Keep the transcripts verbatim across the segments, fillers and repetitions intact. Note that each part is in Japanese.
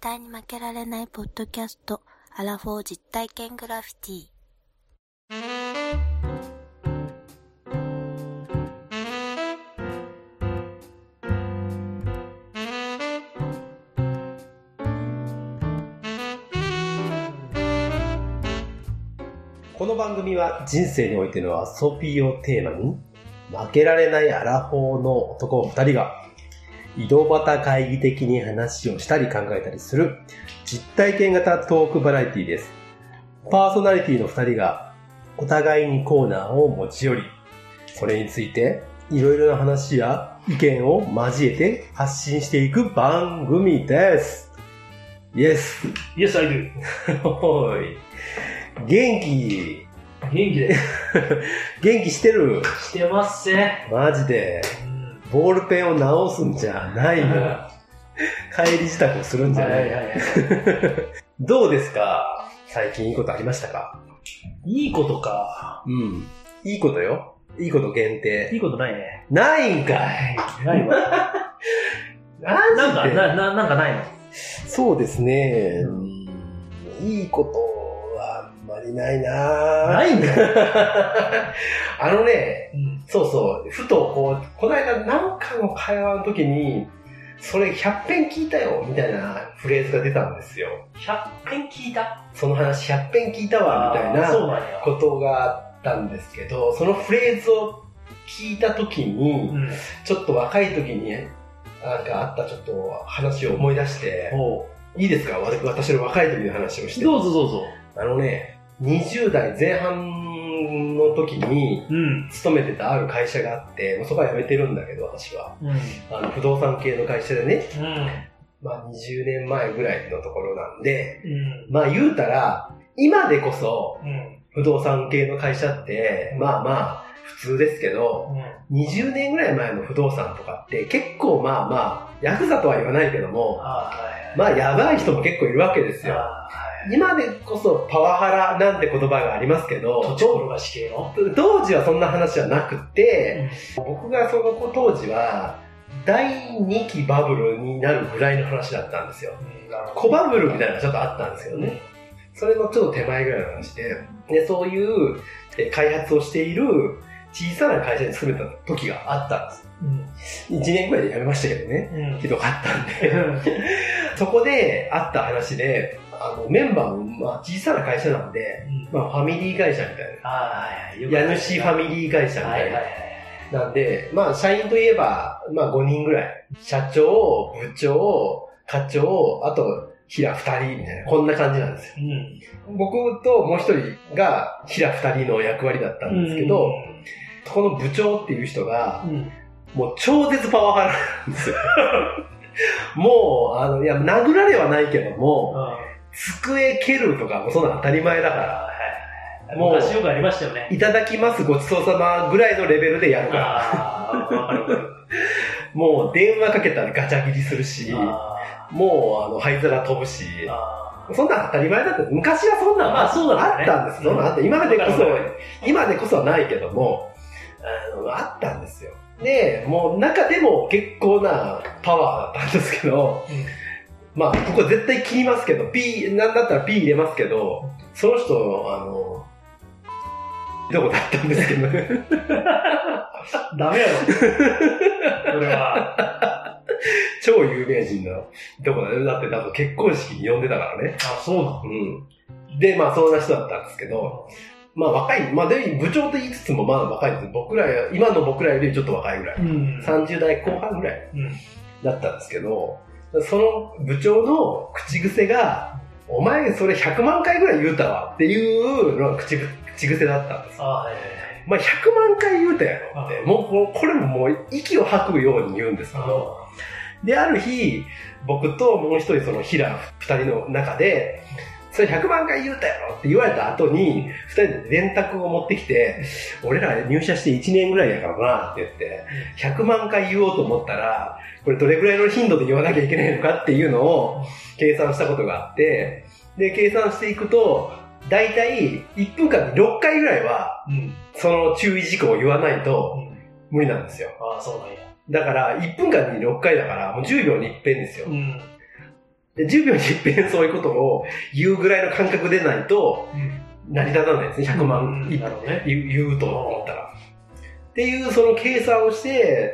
対に負けられないポッドキャスト、アラフォー実体験グラフィティ。 この番組は人生においての遊びをテーマに、負けられないアラフォーの男二人が井戸端会議的に話をしたり考えたりする実体験型トークバラエティです。パーソナリティの二人がお互いにコーナーを持ち寄り、それについていろいろな話や意見を交えて発信していく番組です。イエス。 イエス、アイドゥ。 おい。元気。 元気で。 元気してる。 してますね。 マジで。ボールペンを直すんじゃないの。帰り支度するんじゃない。はいはいはい、どうですか、最近いいことありましたか？ いいことか。 うん。いいことよ。いいこと限定。 いいことないね。 ないんかい。 ないわ。なんか、な、な、なんかないの？ そうですね。うん、いいことはあんまりないな。 ないんだよ。 あのね、 うん、 そうそう、ふとこう、この間なんかの会話の時に、それひゃっぺん聞いたよ、みたいなフレーズが出たんですよ。 ひゃっぺん聞いた？ その話ひゃっぺん聞いたわ、みたいなことがあったんですけど、そのフレーズを聞いた時に、うん、ちょっと若い時に、なんかあったちょっと話を思い出して、いいですか？私の若い時の話をして。 どうぞどうぞ。 あのね、にじゅう代前半の時に勤めてたある会社があって、うん、そこは辞めてるんだけど私は、うん、あの不動産系の会社でね、うん、まあにじゅうねんまえぐらいのところなんで、うん、まあ言うたら今でこそ不動産系の会社って、うん、まあまあ普通ですけど、うん、にじゅうねんぐらい前の不動産とかって結構まあまあヤクザとは言わないけども、あ、まあやばい人も結構いるわけですよ。今でこそパワハラなんて言葉がありますけど、 土地転がし系の当時はそんな話はなくって、うん、僕がその当時はだいにきバブルになるぐらいの話だったんですよ。うん、小バブルみたいなのがちょっとあったんですけどね。うん、それのちょっと手前ぐらいの話で、でそういう開発をしている小さな会社に勤めた時があったんです。うん、いちねんぐらいで辞めましたけどね。うん、ひどかったんで。そこであった話で、あのメンバーもまあ小さな会社なんで、うん、まあファミリー会社みたいな。あ、はいはい、家主ファミリー会社みたいな。はいはいはい、なんで、まあ社員といえば、まあごにんぐらい。社長、部長、課長、あと平ふたりみたいな、こんな感じなんですよ。うん、僕ともう一人が平ふたりの役割だったんですけど、うん、この部長っていう人が、うん、もう超絶パワハラなんですよ。もう、あの、いや、殴られはないけども、机蹴るとかもそんな当たり前だから、 もう昔よくありましたよね。 いただきますごちそうさまぐらいのレベルでやるから。あ、わかるわかる。もう電話かけたらガチャ切りするし、もうあの灰皿飛ぶし、そんな当たり前だった。昔はそんなの、まあそうだね、あったんです。そんなあった。今でこそ、今でこそはないけども、あの、あったんですよ。で、もう中でも結構なパワーだったんですけど、うん、まあ、ここ絶対切りますけど、P、なんだったら P 入れますけど、その人、あの、どこだったんですけどね。 ダメやろ。それは。 超有名人のどこだね。だって多分結婚式に呼んでたからね。 あ、そうなの？ うん。で、まあそんな人だったんですけど、まあ若い、まあで部長と言いつつもまあ若いです。僕ら、今の僕らよりちょっと若いぐらい。うん、さんじゅう代後半ぐらいだったんですけど、その部長の口癖が、お前それひゃくまんかいぐらい言うたわっていうのが 口, 口癖だったんですよ。あ、はいはいはい。まあひゃくまんかい言うたやろって、もうこれももう息を吐くように言うんですけど、で、ある日、僕ともう一人その平二人の中で、それひゃくまんかい言うたやろって言われた後に、二人で電卓を持ってきて、俺ら入社していちねんぐらいやからなって言って、ひゃくまんかい言おうと思ったら、これどれぐらいの頻度で言わなきゃいけないのかっていうのを計算したことがあって、で、計算していくと、だいたいいっぷんかんにろっかいぐらいは、その注意事項を言わないと無理なんですよ。 ああ、そうなんや。 だから、いっぷんかんにろっかいだから、もうじゅうびょうに一遍ですよ。うん、 でじゅうびょうに一遍そういうことを言うぐらいの感覚でないと、成り立たないですね、ひゃくまん、うんね、言うと思ったら。っていうその計算をして、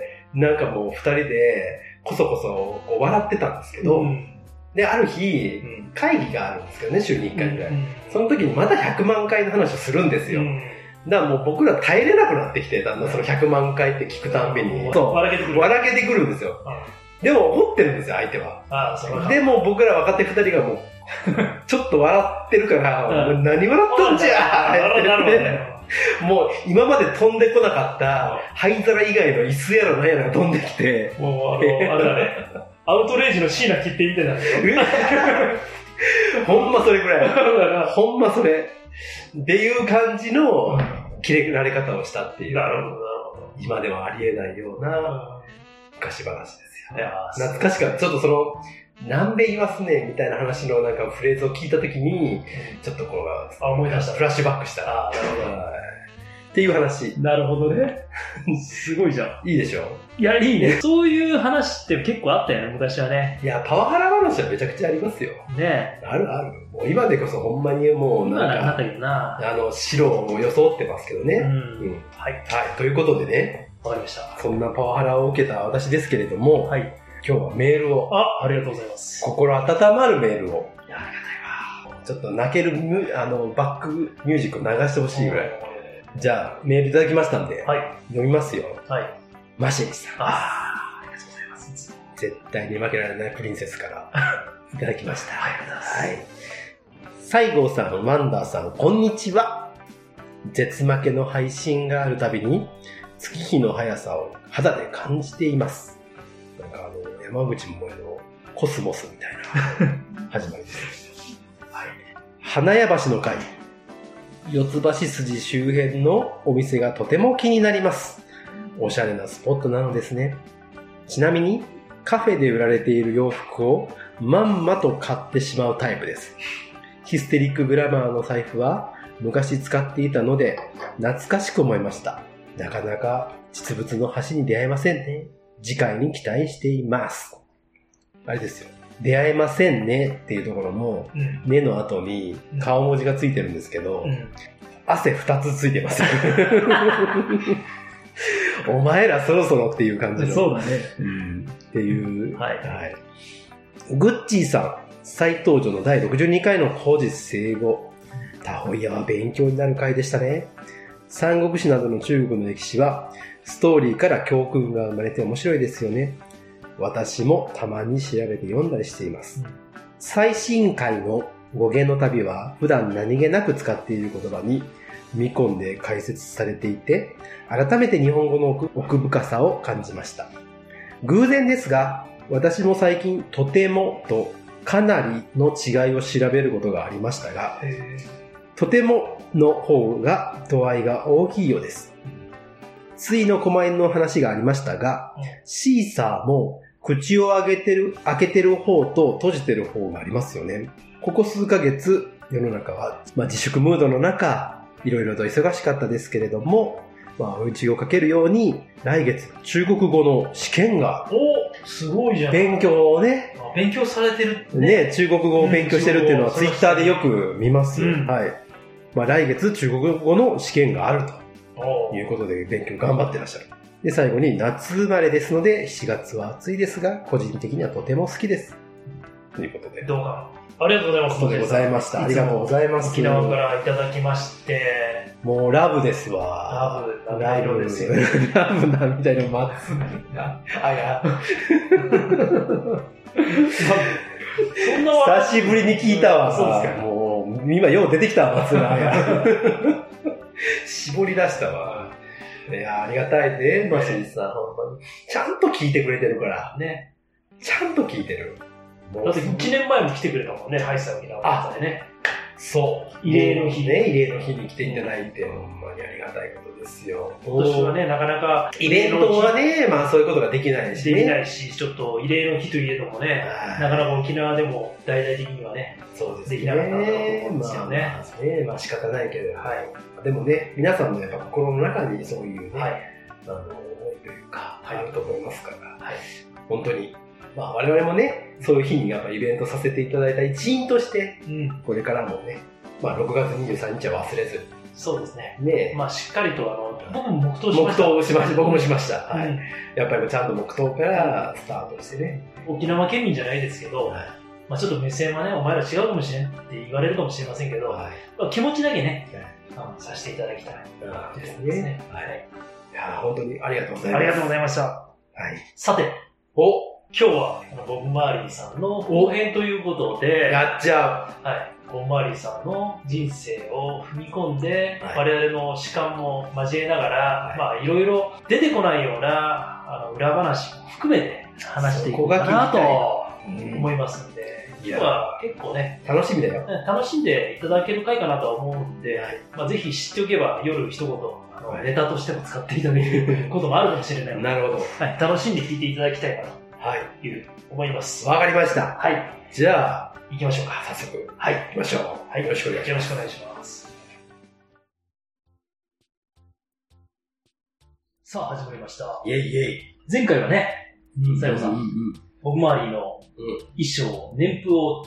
なんかもう二人でこそこそこう笑ってたんですけど、うん、で、ある日、会議があるんですけどね、週にいっかいぐらい。うん、その時にまたひゃくまんかいの話をするんですよ。うん、だからもう僕ら耐えれなくなってきて、だんだんそのひゃくまんかいって聞くたんびに、そう笑けてくる。笑けてくるんですよ。でも怒ってるんですよ、相手は。ああ、そうでも僕ら若手二人がもう、ちょっと笑ってるから、もう何笑ったんじゃーもう今まで飛んでこなかった灰皿以外の椅子やら何やらが飛んできて。 もうあの、あれだね。アウトレイジの椎名切ってみたいなんだよ。 ほんまそれぐらい。ほんまそれ。っていう感じの切れられ方をしたっていう。なるほど。今ではありえないような昔話ですよ。いや懐かしかった。ちょっとその、南米言わすねみたいな話のなんかフレーズを聞いたときに、ちょっとこう、 あ、思い出した。 フラッシュバックした。あ、なるほど。っていう話。 なるほどね。すごいじゃん。 いいでしょ？ いや、いいね。そういう話って結構あったよね、昔はね。 いや、パワハラ話はめちゃくちゃありますよ。ねあるある。もう今でこそほんまにもうなんか、 なったけどな。 あの、白を装ってますけどね。うん。うん、はい。はい。ということでね。 わかりました。 そんなパワハラを受けた私ですけれども、はい。今日はメールを。 あ、ありがとうございます。 心温まるメールを。いや、ありがたいわ。ちょっと泣ける、あの、バックミュージックを流してほしいぐらい。じゃあ、メールいただきましたんで、はい、読みますよ。はい。マシェリさん。ああ、ありがとうございます。絶対に負けられないプリンセスからいただきました。ありがとうございます。はい。西郷さん、ワンダーさん、こんにちは。絶負けの配信があるたびに、月日の速さを肌で感じています。なんかあの、山口百恵のコスモスみたいな始まりです。はい。花屋橋の会。四つ橋筋周辺のお店がとても気になります。おしゃれなスポットなのですね。ちなみにカフェで売られている洋服をまんまと買ってしまうタイプです。ヒステリックグラマーの財布は昔使っていたので懐かしく思いました。なかなか実物の橋に出会えませんね。次回に期待しています。あれですよ。出会えませんねっていうところの、ねの後に顔文字がついてるんですけど、うん、汗二つついてます。お前らそろそろっていう感じの。 そうだね。 うん、っていう。はい。はい。グッチーさん、再登場のだいろくじゅうにかいの古事成語。タホイヤは勉強になる回でしたね。三国志などの中国の歴史は、ストーリーから教訓が生まれて面白いですよね。私もたまに調べて読んだりしています。うん、最新回の語源の旅は普段何気なく使っている言葉に見込んで解説されていて、改めて日本語の奥、奥深さを感じました。偶然ですが、私も最近とてもとかなりの違いを調べることがありましたが、とてもの方が度合いが大きいようです。ついの狛犬の話がありましたが、シーサーも口を開けてる、開けてる方と閉じてる方がありますよね。ここ数ヶ月、世の中は、まあ、自粛ムードの中、いろいろと忙しかったですけれども、まあ、お家をかけるように、来月、中国語の試験が、 おすごいじゃん。 勉強をね、 勉強されてるね。ね、中国語を勉強してるっていうのは、ツイッターでよく見ます。うん、はい。まあ、来月、中国語の試験があるということで、勉強頑張ってらっしゃる。で、最後に、夏生まれですので、しがつは暑いですが、個人的にはとても好きです。ということで。 どうか。ありがとうございます。 そうでございました。ありがとうございます。 沖縄からいただきまして。 もうラブですわ。 ラブ、ラブですよ。 ラブなみたいな待つんだ。あ、いや。そんな久しぶりに聞いたわ。そうですか。もう、今よう出てきたわ、松浦や。絞り出したわ。いや、ありがたいね、マシンさん、ほんまに。ちゃんと聞いてくれてるから。ね。ちゃんと聞いてる。 だっていちねんまえも来てくれたもんね、ハイサー沖縄でね。 そう。 慰霊の日ね、慰霊の日に来ていただいて、ほんまにありがたいことですよ。 今年はね、なかなか。 イベントはね、まあそういうことができないし、 ね。できないし、ちょっと慰霊の日といえどもね、なかなか沖縄でも大々的にはね、 そうですね。 できなかったと思うんですよね。 まあ、ね、まあ仕方ないけど、はい。でもね、皆さんのやっぱ心の中にそういうね、はい、あの、思いというか、あると思いますから、はい、本当にまあ我々もね、そういう日にやっぱイベントさせていただいた一員として、うん、これからもね、まあろくがつにじゅうさんにちは忘れず。 そうですね。 ねまあしっかりとあの、僕も黙祷しました。 黙祷しました。僕もしました。はい。やっぱりちゃんと黙祷からスタートしてね。 沖縄県民じゃないですけど、はい、まあちょっと目線はね、お前ら違うかもしれんって言われるかもしれませんけど、はい、まあ、気持ちだけね、はい、させていただきたいですね。はい。 いや本当にありがとうございます。 ありがとうございました。はい。さて、 お今日はボブ・マーリーさんの後編ということで、 やっちゃう。はい。ボブ・マーリーさんの人生を踏み込んで、はい、我々の主観も交えながら、はい、まあいろいろ出てこないようなあの裏話も含めて話していこうかなと思いますので、今日は結構ね、 楽しみだよ。 楽しんでいただける回かなとは思うんで、はい、まあ、ぜひ知っておけば夜一言、あの、はい、ネタとしても使っていただけることもあるかもしれないので、 なるほど。 はい、楽しんで聞いていただきたいなという、思います。 わかりました。 はい。 じゃあ、 行きましょうか。 早速。 はい。 行きましょう。はい。よろしくお願いします。 よろしくお願いします。さあ、始まりました。 イェイイェイ。 前回はね、さよさん、ボブ・マーリーの一生、年譜を追って、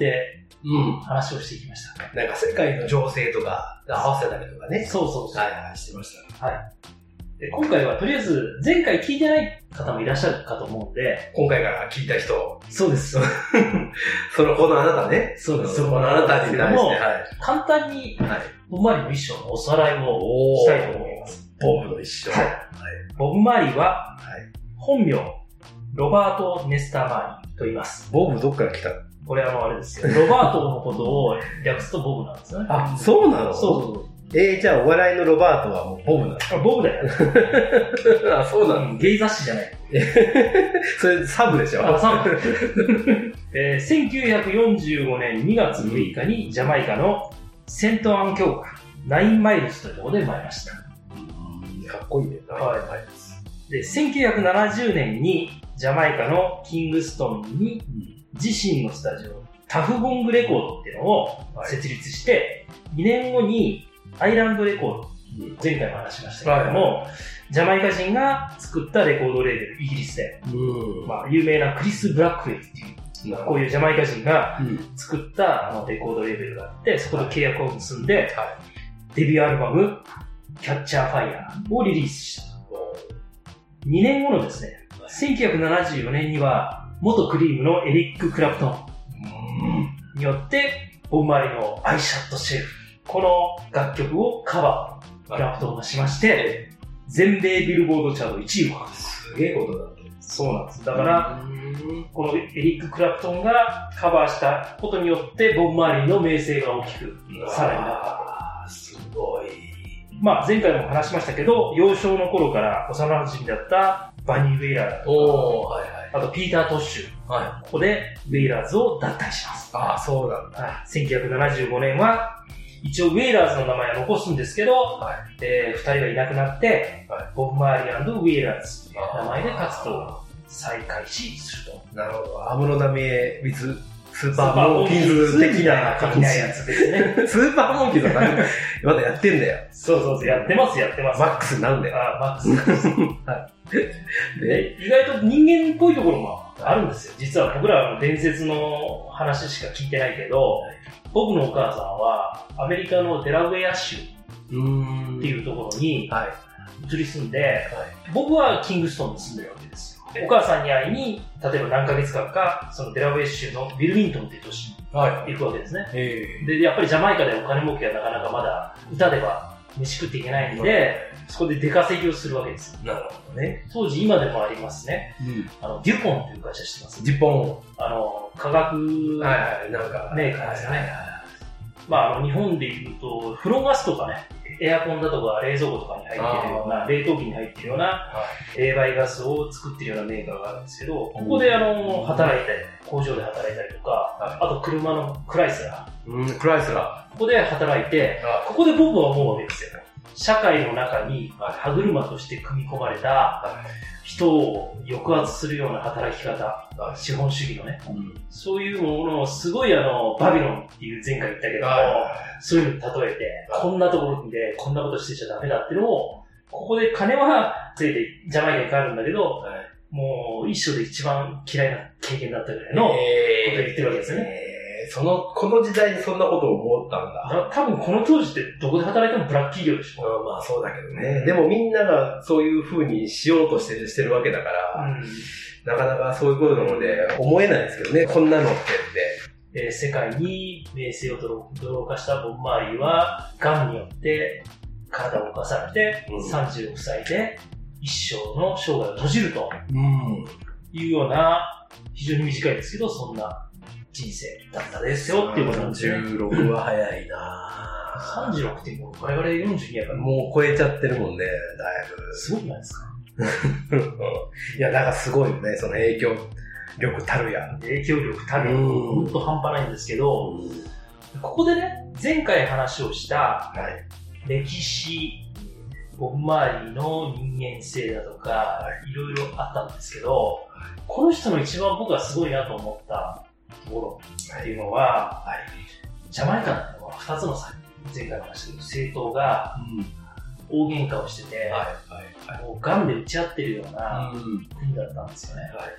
話をしていきました。 なんか世界の情勢とか合わせたりとかね。 そうそうそう。 はいはい、してました。 はい。で今回はとりあえず、前回聞いてない方もいらっしゃるかと思うんで、 今回から聞いた人。 そうです。 その子のあなたね。 そうです。 その子のあなたに対して、はい、 簡単に、はい、ボブ・マーリーの一生のおさらいをしたいと思います。 ボブの一生。 はい。ボブ・マーリーは、はい、本名、ロバート・ネスター・マーリーと言います。 ボブどっから来たの？ これはもうあれですよ。ロバートのことを略すとボブなんですよね。 あ、そうなの？ そうそうそう。 えー、じゃあお笑いのロバートはもうボブなの？ あ、ボブだよ。 あ、そうなの？ ゲイ雑誌じゃない。 それサブでしょ？ あ、サブ。えー、せんきゅうひゃくよんじゅうごねんにがつむいかにジャマイカのセントアン峡谷、ナインマイルズというところで生まれました。 かっこいいね。 はい。で、せんきゅうひゃくななじゅうねんにジャマイカのキングストンに自身のスタジオ、タフゴングレコードっていうのを設立して、にねんごにアイランドレコード、前回も話しましたけれども、はい、ジャマイカ人が作ったレコードレーベル、イギリスで、まあ、有名なクリス・ブラックウェルっていう、こういうジャマイカ人が作ったあのレコードレーベルがあって、そこで契約を結んで、はい、デビューアルバム、キャッチャーファイヤーをリリースした。にねんごのですね、せんきゅうひゃくななじゅうよねんには、元クリームのエリック・クラプトンによって、ボブ・マーリーのアイシャット・シェルフ、この楽曲をカバー、クラプトンがしまして、全米ビルボードチャートいちいを獲得。 すげえことだった。 そうなんです。だから、このエリック・クラプトンがカバーしたことによって、ボブ・マーリーの名声が大きく、さらになった。 すごい。 まあ、前回も話しましたけど、幼少の頃から幼馴染だったバニー・ウェイラーだとか、 はいはい、 あとピーター・トッシュ、はい、ここでウェイラーズを脱退します。 ああ、そうなんだ。 せんきゅうひゃくななじゅうごねんは、一応ウェイラーズの名前は残すんですけど、はいえー、二人がいなくなって、はい、ボブ・マーリー&ウェイラーズという名前で活動を再開始すると。 なるほど。安室奈美恵 with スーパーモンキーズ的な感じ。 的なやつですね。 スーパーモンキーズは何まだやってんだよ。 そうそうそう、やってます、やってます。 マックスなんだよ。 ああ、マックスです。はい。で、意外と人間っぽいところもあるんですよ。実は僕らは伝説の話しか聞いてないけど、僕のお母さんはアメリカのデラウェア州っていうところに移り住んで、はい、僕はキングストンに住んでるわけですよ。お母さんに会いに、例えば何ヶ月間か、そのデラウェア州のビルミントンっていう都市に行くわけですね。はい、で、やっぱりジャマイカでお金儲けはなかなかまだ歌では飯食っていけないんで、そこで出稼ぎをするわけですよ。 なるほどね。 当時今でもありますね。うん、あの、デュポンっていう会社知ってます？ デュポン。 あの、化学メーカーですね。まあ、あの、日本で言うと、フロガスとかね、エアコンだとか冷蔵庫とかに入ってるような、冷凍機に入ってるような、冷媒ガスを作ってるようなメーカーがあるんですけど、ここであの、働いて、工場で働いたりとか、あと車のクライスラー。うん、クライスラー。ここで働いて、ここで僕は思うわけですよ。社会の中に歯車として組み込まれた、人を抑圧するような働き方、資本主義のね、うん、そういうものをすごいあの、バビロンっていう前回言ったけども、そういうのに例えて、こんなところでこんなことしてちゃダメだっていうのを、ここで金はついてジャマイカに帰るんだけど、 もう一生で一番嫌いな経験だったぐらいのことを言ってるわけですよね。 えー、その、この時代にそんなことを思ったんだ。 だ多分この当時ってどこで働いてもブラック企業でしょ。 うん、まあそうだけどね。うん、でもみんながそういう風にしようとしてる、してるわけだから、うん、なかなかそういうことなので思えないですけどね、こんなのってって。 えー、世界に名声を轟かしたボン・マーリーは、癌によって体を侵されて、うん、さんじゅうろくさいで一生の生涯を閉じるというような、非常に短いですけど、そんな人生だったですよっていうことなんですね。 さんじゅうろくは早いなぁ。 さんじゅうろくってもう我々よんじゅうにやから。 もう超えちゃってるもんね、だいぶ。 すごくないですかいや、だからすごいよね、その影響力たるや。 影響力たるや。ほんと半端ないんですけど、ここでね、前回話をした、歴史、ボン・マーリーの人間性だとか、はい、いろいろあったんですけど、この人の一番僕がすごいなと思ったところっていうのは、はい、ジャマイカっていうのは二つの前回の話で政党が大喧嘩をしてて、はいはい、もうガンで打ち合ってるような国だったんですよね。はい、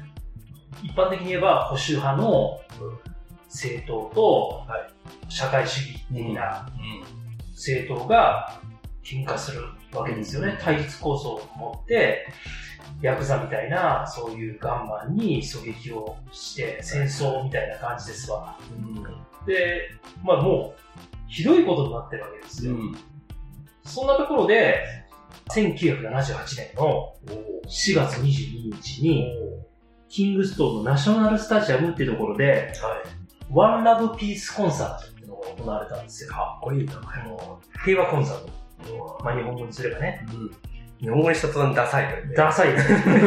一般的に言えば保守派の政党と社会主義的な政党が喧嘩するわけですよね。対立構想を持って、ヤクザみたいな、そういうガンマンに狙撃をして、戦争みたいな感じですわ。うん、で、まあもう、ひどいことになってるわけですよ。うん、そんなところで、せんきゅうひゃくななじゅうはちねんのしがつにじゅうににちに、キングストンのナショナルスタジアムっていうところで、はい、ワンラブピースコンサートっていうのが行われたんですよ。かっこいい名前の。平和コンサート。まあ日本語にすればね。うん、 日本語にしたとダサいと、ね。 ダサい。はい。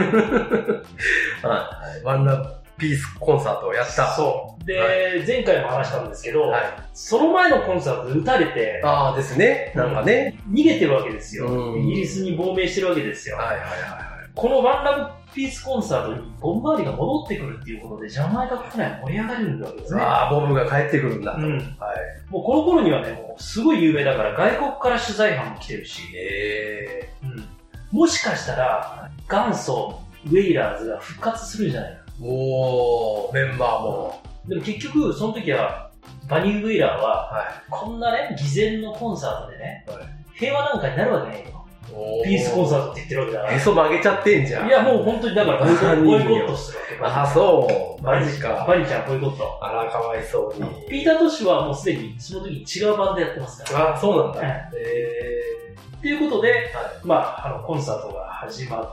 ワンラブピースコンサートをやった。 そう。で、はい、前回も話したんですけど、はい、その前のコンサートで撃たれて、 ああですね。なんかね。 逃げてるわけですよ。イギリスに亡命してるわけですよ。はいはいはい。このワンラブピースコンサートにボン・マーリーが戻ってくるっていうことで、ジャマイカ国内盛り上がるわけですね。 ああ、ボブが帰ってくるんだと。うん、はい。 もうこの頃にはね、もうすごい有名だから外国から取材班も来てるし、 へー、うん、もしかしたら元祖ウェイラーズが復活するんじゃないか。 おー、メンバーも。 でも結局、その時は、バニー・ウェイラーは、はい、こんなね、偽善のコンサートでね、はい、平和なんかになるわけないよ。ピースコンサートって言ってるわけだから。 へそ曲げちゃってんじゃん。 いや、もう本当にだからボイコットするわけ。 あ、そう。マジか。 バニーちゃんボイコット。 あら、かわいそうに。 ピーター・トッシュはもうすでにその時に違うバンドやってますから。 あ、そうなんだ。へー。っていうことで、はい、まあ、あの、コンサートが始まって、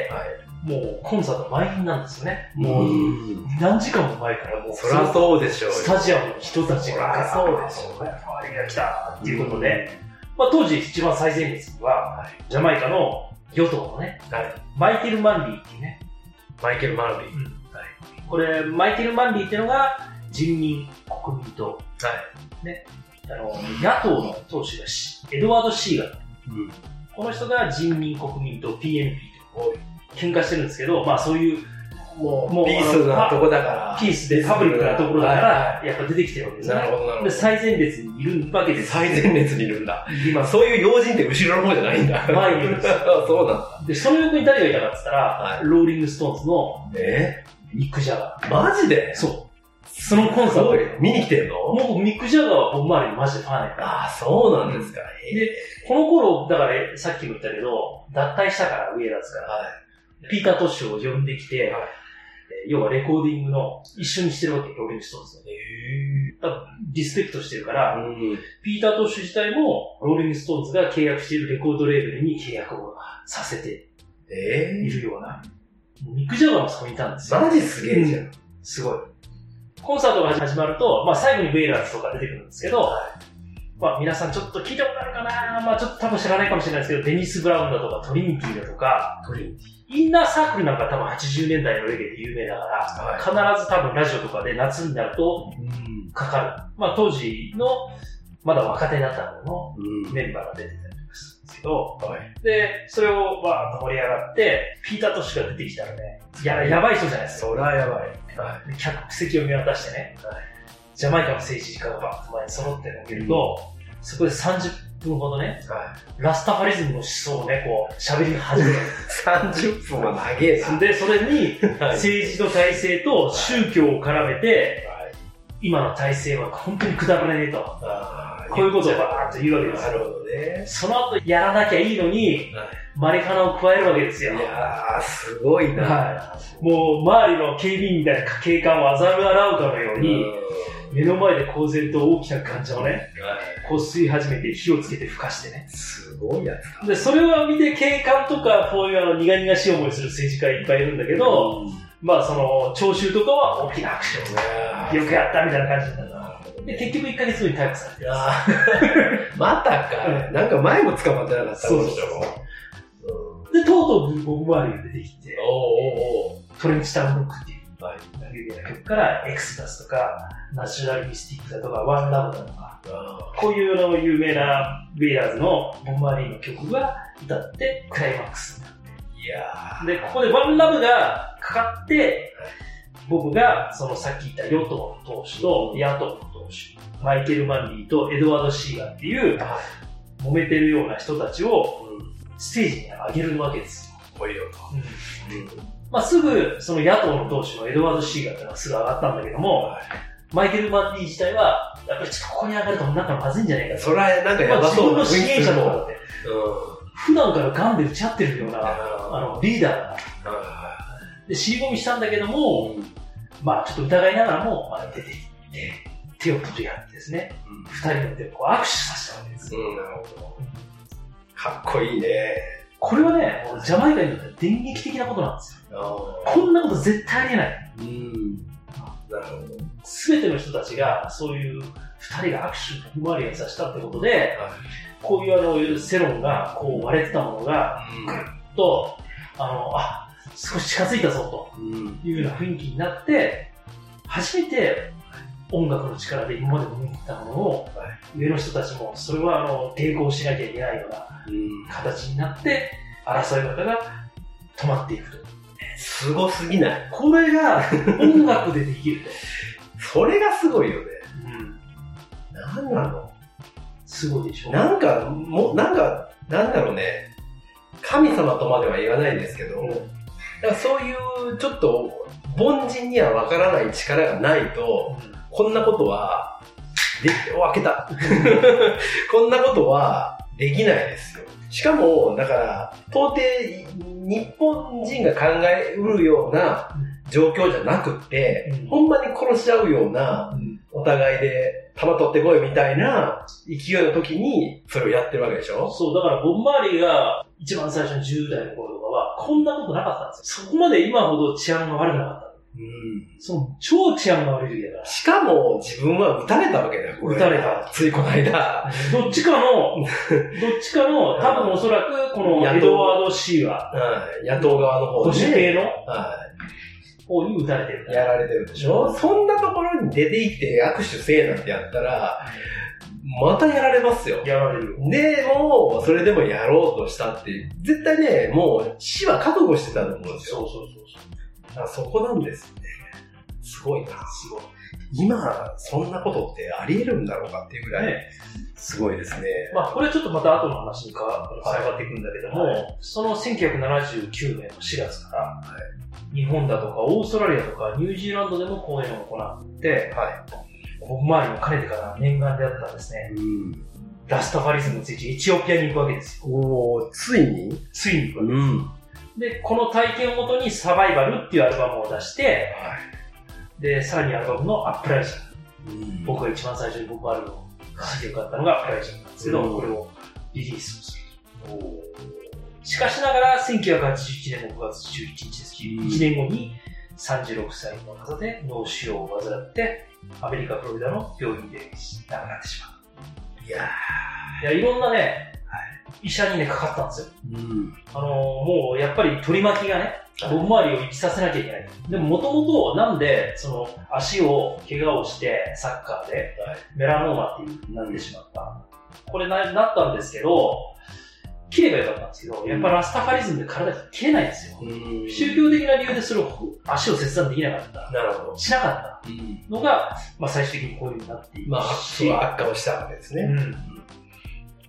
はい、もうコンサート満員なんですよね。もう、何時間も前からもう。 そりゃそうでしょう。 スタジアムの人たちが。 そうでしょう。 周りが来たっていうことで、まあ、当時一番最前列には、はい、ジャマイカの与党のね、はい、マイケル・マンリーっていうね。 マイケル・マンリー。うんはい、これ、マイケル・マンリーっていうのが人民国民党。はい、ね。あの、野党の党首がエドワード・シーガル。うん、この人が人民国民党 ピーエヌピー と喧嘩してるんですけど、まあそういう、 もう、もうピースなとこだから。 ピースでパブリックなところだから、やっぱ出てきてるわけですね。 なるほど、なるほど。 で、最前列にいるわけです。 最前列にいるんだ。今、そういう要人って後ろの方じゃないんだ。 前にいるんです。 そうなんだ。 で、その横に誰がいたかって言ったら、はい、ローリングストーンズの、 えミック・ジャガー。マジでそう。そのコンサート。 見に来てんの？ もうミック・ジャガーはボン・マーリーマジでファンやから。 ああ、そうなんですか。 で、この頃、だから、さっきも言ったけど、脱退したから、ウェイラーズから。はい、ピーター・トッシュを呼んできて、はい要はレコーディングの一緒にしてるわけ、ローリングストーンズの。へー。リスペクトしてるから、うん、ピーター・トッシュ自体も、ローリングストーンズが契約しているレコードレーベルに契約をさせているような。ミック・ジャガーもそこにいたんですよ。 マジすげえじゃん、うん。 すごい。コンサートが始まると、まあ最後にウェイラーズとか出てくるんですけど、はい、まあ皆さんちょっと聞いたことあるかなまあちょっと多分知らないかもしれないですけど、デニス・ブラウンだとかトリニティだとか、トリニティインナーサークルなんか多分はちじゅうねんだいのレゲエで有名だから、はい、必ず多分ラジオとかで夏になるとかかる。まあ当時のまだ若手だったののメンバーが出てたりとかするんですけど、はい、で、それをわーっと盛り上がって、ピーター・トッシュが出てきたらね、や, やばい人じゃないですか。 そりゃやばい。 はい、客席を見渡してね、はい、ジャマイカの政治家がバーッと前に揃ってるのを見ると、 そこでさんじゅっぷんほどね、 はラスタファリズムの思想をね、こう、喋り始める。 さんじゅっぷんは長えな。 で、それに、政治の体制と宗教を絡めて、はい、今の体制は本当にくだらねえと。こういうことをバーッと言うわけですよ。 なるほどね。 その後やらなきゃいいのに、はい、マリファナを加えるわけですよ。 いやー、すごいな、 はい、もう、周りの警備員みたいな警官をあざる洗うかのように、目の前で公然と大きな患者をね、こう吸い始めて火をつけて吹かしてね。 すごいやつか。 で、それを見て警官とか、こういうあの苦々しい思いする政治家いっぱいいるんだけど、うん、まあその、聴衆とかは大きな拍手を、よくやったみたいな感じになる。で、結局いっかげつごに逮捕されてる。 またか、うん。なんか前も捕まってなかった。 そうそうそう。で、とうとうボブ・マーリーが出てきて、おーおートレンチタウンロックっていう、はい、有名な曲から、エクスタスとか、ナショナルミスティックだとか、ワンラブだとか、こういうの有名なウェイラーズのボブ・マーリーの曲が歌って、クライマックスになって。いやー。で、ここでワンラブがかかって、ボブが、そのさっき言った与党の党首と野党の党首、マイケル・マンリーとエドワード・シーガーっていう、揉めてるような人たちを、ステージに上げるわけですよ。 こういうのか。 うん。まあ、すぐ、その野党の党首のエドワード・シーガーっていうのがすぐ上がったんだけども、はい、マイケル・マンリー自体は、やっぱりちょっとここに上がるとなんかまずいんじゃないかと。 それはなんかやばそうな、 まあ、自分の支援者とかだって、うん、普段からガンで打ち合ってるような、あの、リーダーだ。で、尻込みしたんだけども、うん、まあちょっと疑いながらも、まあ、出てきて、手を取り合ってですね、うん、二人の手をこう握手させたわけです。うん、なるほど。かっこいいね。 これはね、ジャマイカにとっては電撃的なことなんですよ。こんなこと絶対ありえない。うん。なるほど。すべての人たちが、そういう二人が握手を周りにさせたってことで、はい、こういうあの、世論がこう割れてたものが、ぐっと、あの、あ、少し近づいたぞというような雰囲気になって、初めて音楽の力で今まで生み出たものを、上の人たちもそれはあの抵抗しなきゃいけないような形になって、争い方が止まっていくと。 すごすぎない？ これが音楽でできると。 それがすごいよね。うん。なんなの？ すごいでしょ。 なんか、も、なんか、なんだろうね。神様とまでは言わないですけど、うん、だからそういうちょっと凡人にはわからない力がないと、うん、こんなことはでき、お、開けた。こんなことはできないですよ。しかも、だから、到底、日本人が考えうるような状況じゃなくって、うん、ほんまに殺し合うような、うん、お互いで弾取ってこいみたいな勢いの時に、それをやってるわけでしょ？そう、だからボブ・マーリーが一番最初のじゅう代の頃とかは、こんなことなかったんですよ。そこまで今ほど治安が悪くなかった。うん、その超治安が悪い時だから。しかも自分は撃たれたわけだよ、これ。撃たれた。ついこの間。どっちかの、どっちかの、多分おそらくこのエドワード・シーは、うん、野党側の方で、保守系の、はい、方に撃たれてる。やられてるでしょ、うん、そんなところに出て行って握手せえなんてやったら、またやられますよ。やられる。で、もう、それでもやろうとしたって、絶対ね、もう死は覚悟してたと思うんですよ。そうそうそうそう。あ、そこなんですね。すごいな。すごい。今、そんなことってあり得るんだろうかっていうぐらい、ね、すごいですね。まあ、これはちょっとまた後の話にか繋がっていくんだけども、はい、そのせんきゅうひゃくななじゅうきゅうねんのしがつから、はい、日本だとかオーストラリアとかニュージーランドでも公演を行って、はい、ボブ・マーリーもかねてから念願であったんですね。うん、ラスタファリズムについてエチオピアに行くわけですよ。おー、ついについに行くわけです。うんで、この体験をもとにサバイバルっていうアルバムを出して、はい、で、さらにアルバムのアップライジング。うん、僕が一番最初に僕アルバムを シーディー を買ったのがアップライジングなんですけど、うん、これをリリースをすると。しかしながら、せんきゅうひゃくはちじゅういちねんのごがつじゅういちにちです。いちねんごにさんじゅうろくさいの若さで脳腫瘍を患って、アメリカ・フロリダの病院で亡くなってしまう。いやー。いや、いろんなね、医者にね、かかったんですよ。うん、あのー、もう、やっぱり取り巻きがね、ボブ周りを生きさせなきゃいけない。でも、もともと、なんで、その、足を、怪我をして、サッカーで、メラノーマっていう風になってしまった。これな、なったんですけど、切ればよかったんですけど、やっぱラスタファリズムで体が切れないんですよ。うん、宗教的な理由でそれを、足を切断できなかった。なるほど。しなかったのが、まあ、最終的にこういう風になっていく。まあ、悪化をしたわけですね。うん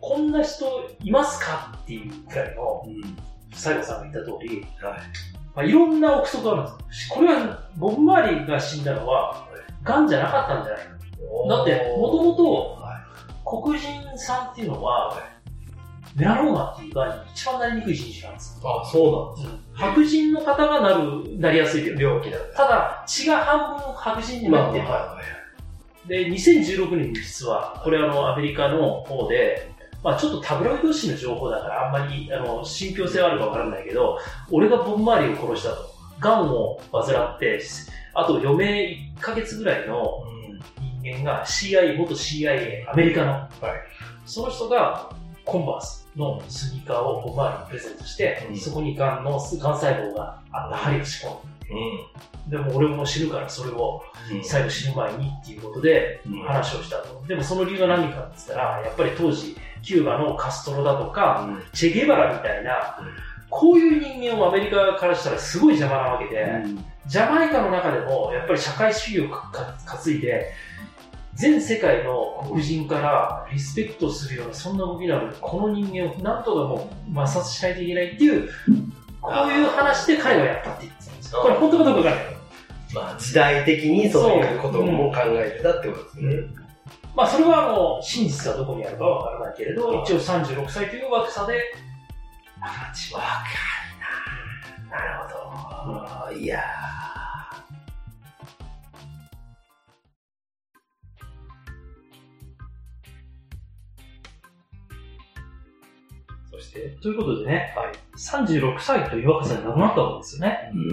こんな人いますかっていうくらいの、西郷さんが言った通り、はいまあ、いろんな憶測があるんですよ。これはボブ・マーリーが死んだのは、ガンじゃなかったんじゃないか。だって、もともと黒人さんっていうのは、メラノーマっていうがんに一番なりにくい人種なんですよ。 あ、そうなんですよ。白人の方がなる、なりやすい病気だ。ただ、血が半分白人になってる。で、にせんじゅうろくねんに実は、これあの、アメリカの方で、まあちょっとタブロイド紙の情報だからあんまり、あの、信憑性はあるかわからないけど、俺がボブ・マーリーを殺したと。ガンを患って、あと余命いっかげつぐらいの人間が シーアイエー、元 シーアイエー、アメリカの、はい、その人がコンバースのスニーカーをボブ・マーリーにプレゼントして、うん、そこにガンの、ガン細胞があった針を仕込む。うん、でも俺も死ぬからそれを最後死ぬ前にっていうことで話をしたと。うん、でもその理由は何かって言ったら、やっぱり当時キューバのカストロだとか、うん、チェゲバラみたいな、うん、こういう人間をアメリカからしたらすごい邪魔なわけで、うん、ジャマイカの中でもやっぱり社会主義を担いで、全世界の黒人からリスペクトするようなそんな動きなので、この人間をなんとかもう抹殺しないといけないっていう、こういう話で彼がやったって言ってたんですよ。これ本当かどうかわからない。 まあ時代的にそういうことも考えてたってことですね。うん、 まあそれはあの、真実がどこにあるかわからないけれど、一応さんじゅうろくさいという若さで、 わかるな。なるほど。うん、いやー。 そして、ということでね、はい、さんじゅうろくさいという若さで亡くなったわけですよね。うん、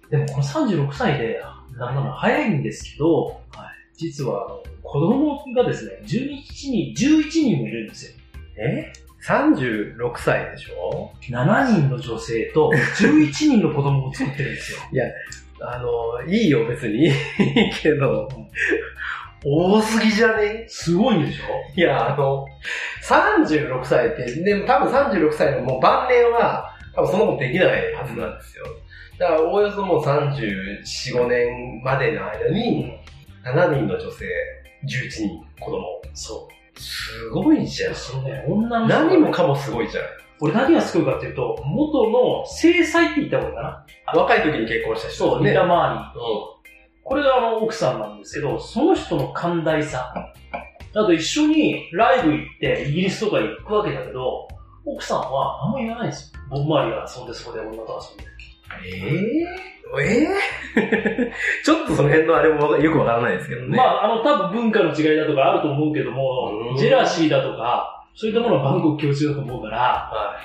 でもこのさんじゅうろくさいで亡くなるのは早いんですけど、はい、実はあの子供がですね、じゅういちにん、じゅういちにんもいるんですよ。 え ?さんじゅうろくさいでしょ ? ななにんの女性とじゅういちにんの子供を作ってるんですよ。 いや、あの、いいよ別にいいけど、多すぎじゃね？ すごいんでしょ？ いや、あの、さんじゅうろくさいって、でも多分さんじゅうろくさいのもう晩年は、多分そんなことできないはずなんですよ。だから、おおよそもうさんじゅうよん、ごねんまでの間に、ななにんの女性、じゅういちにん子供。 そう。 すごいじゃん。 そうね、女の人。何もかもすごいじゃん。 俺何がすごいかっていうと、元の正妻って言った方がいいかな。 若い時に結婚した人、 ね。そう、リタ・マーリー。うん。これがあの奥さんなんですけど、その人の寛大さ。あと一緒にライブ行ってイギリスとか行くわけだけど、奥さんはあんま言わないんですよ。ボブ・マーリーが遊んでそこで女と遊んでる。 えぇ、ー、えぇ、ー、ちょっとその辺のあれもよくわからないですけどね。 まあ、あの多分文化の違いだとかあると思うけども、ジェラシーだとか、そういったものは万国共通だと思うから、 はい。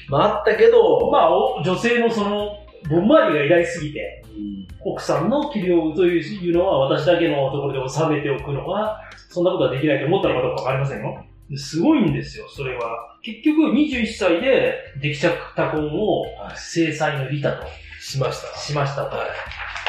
まああったけど、 まあ女性のその、ボブ・マーリーが偉大すぎて、うん、奥さんの器量というのは私だけのところで収めておくのは、そんなことはできないと思ったのかどうかわかりませんよ。すごいんですよ、それは。結局にじゅういっさいでできちゃった婚を正妻のリタとしました。 しましたと。はい、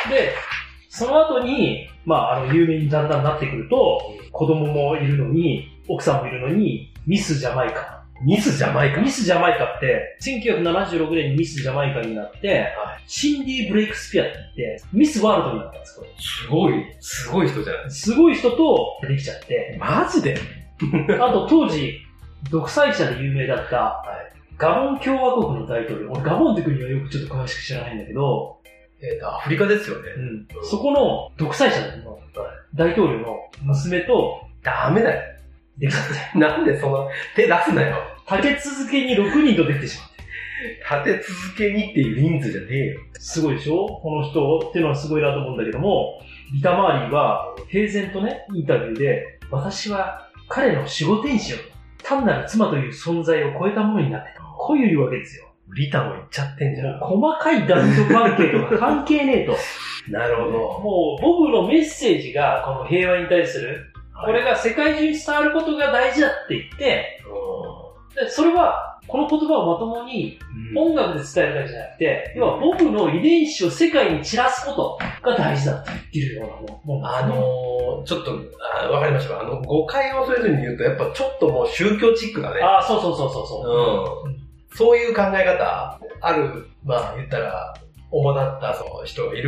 で、その後に、まあ、あの、有名にだんだんなってくると、子供もいるのに、奥さんもいるのに、ミスジャマイカ。 ミスジャマイカミスジャマイカって、せんきゅうひゃくななじゅうろくねんにミスジャマイカになって、はい、シンディ・ブレイクスピアって言って、ミスワールドになったんですよ。 すごい、すごい人じゃないすごい人とできちゃって。 マジであと当時、独裁者で有名だった、はい、ガボン共和国の大統領。俺ガボンって国はよくちょっと詳しく知らないんだけど、 えっと、アフリカですよね。 うん。そこの独裁者の大統領の娘と、 ダメだよ。 できちゃって。 なんでその、手出すなよ。 立て続けにろくにんとできてしまって。 立て続けにっていう人数じゃねえよ。 すごいでしょこの人っていうのはすごいなと思うんだけども、リタ・マーリーは平然とね、インタビューで、私は彼の守護天使を、単なる妻という存在を超えたものになってた。こういう言うわけですよ。 リタも言っちゃってんじゃん。 細かい男女関係とか関係ねえと。 なるほど。 もう、ボブのメッセージが、この平和に対する、はい、これが世界中に伝わることが大事だって言って、でそれは、この言葉をまともに音楽で伝えるだけじゃなくて、うん、要はボブの遺伝子を世界に散らすことが大事だって言ってるようなもん。 あのー、ちょっと、あ、わかりました。あの、誤解をそれぞれに言うと、やっぱちょっともう宗教チックだね。 ああ、そうそうそうそうそう。うん。そういう考え方、ある、まあ言ったら、主だったその人がいる。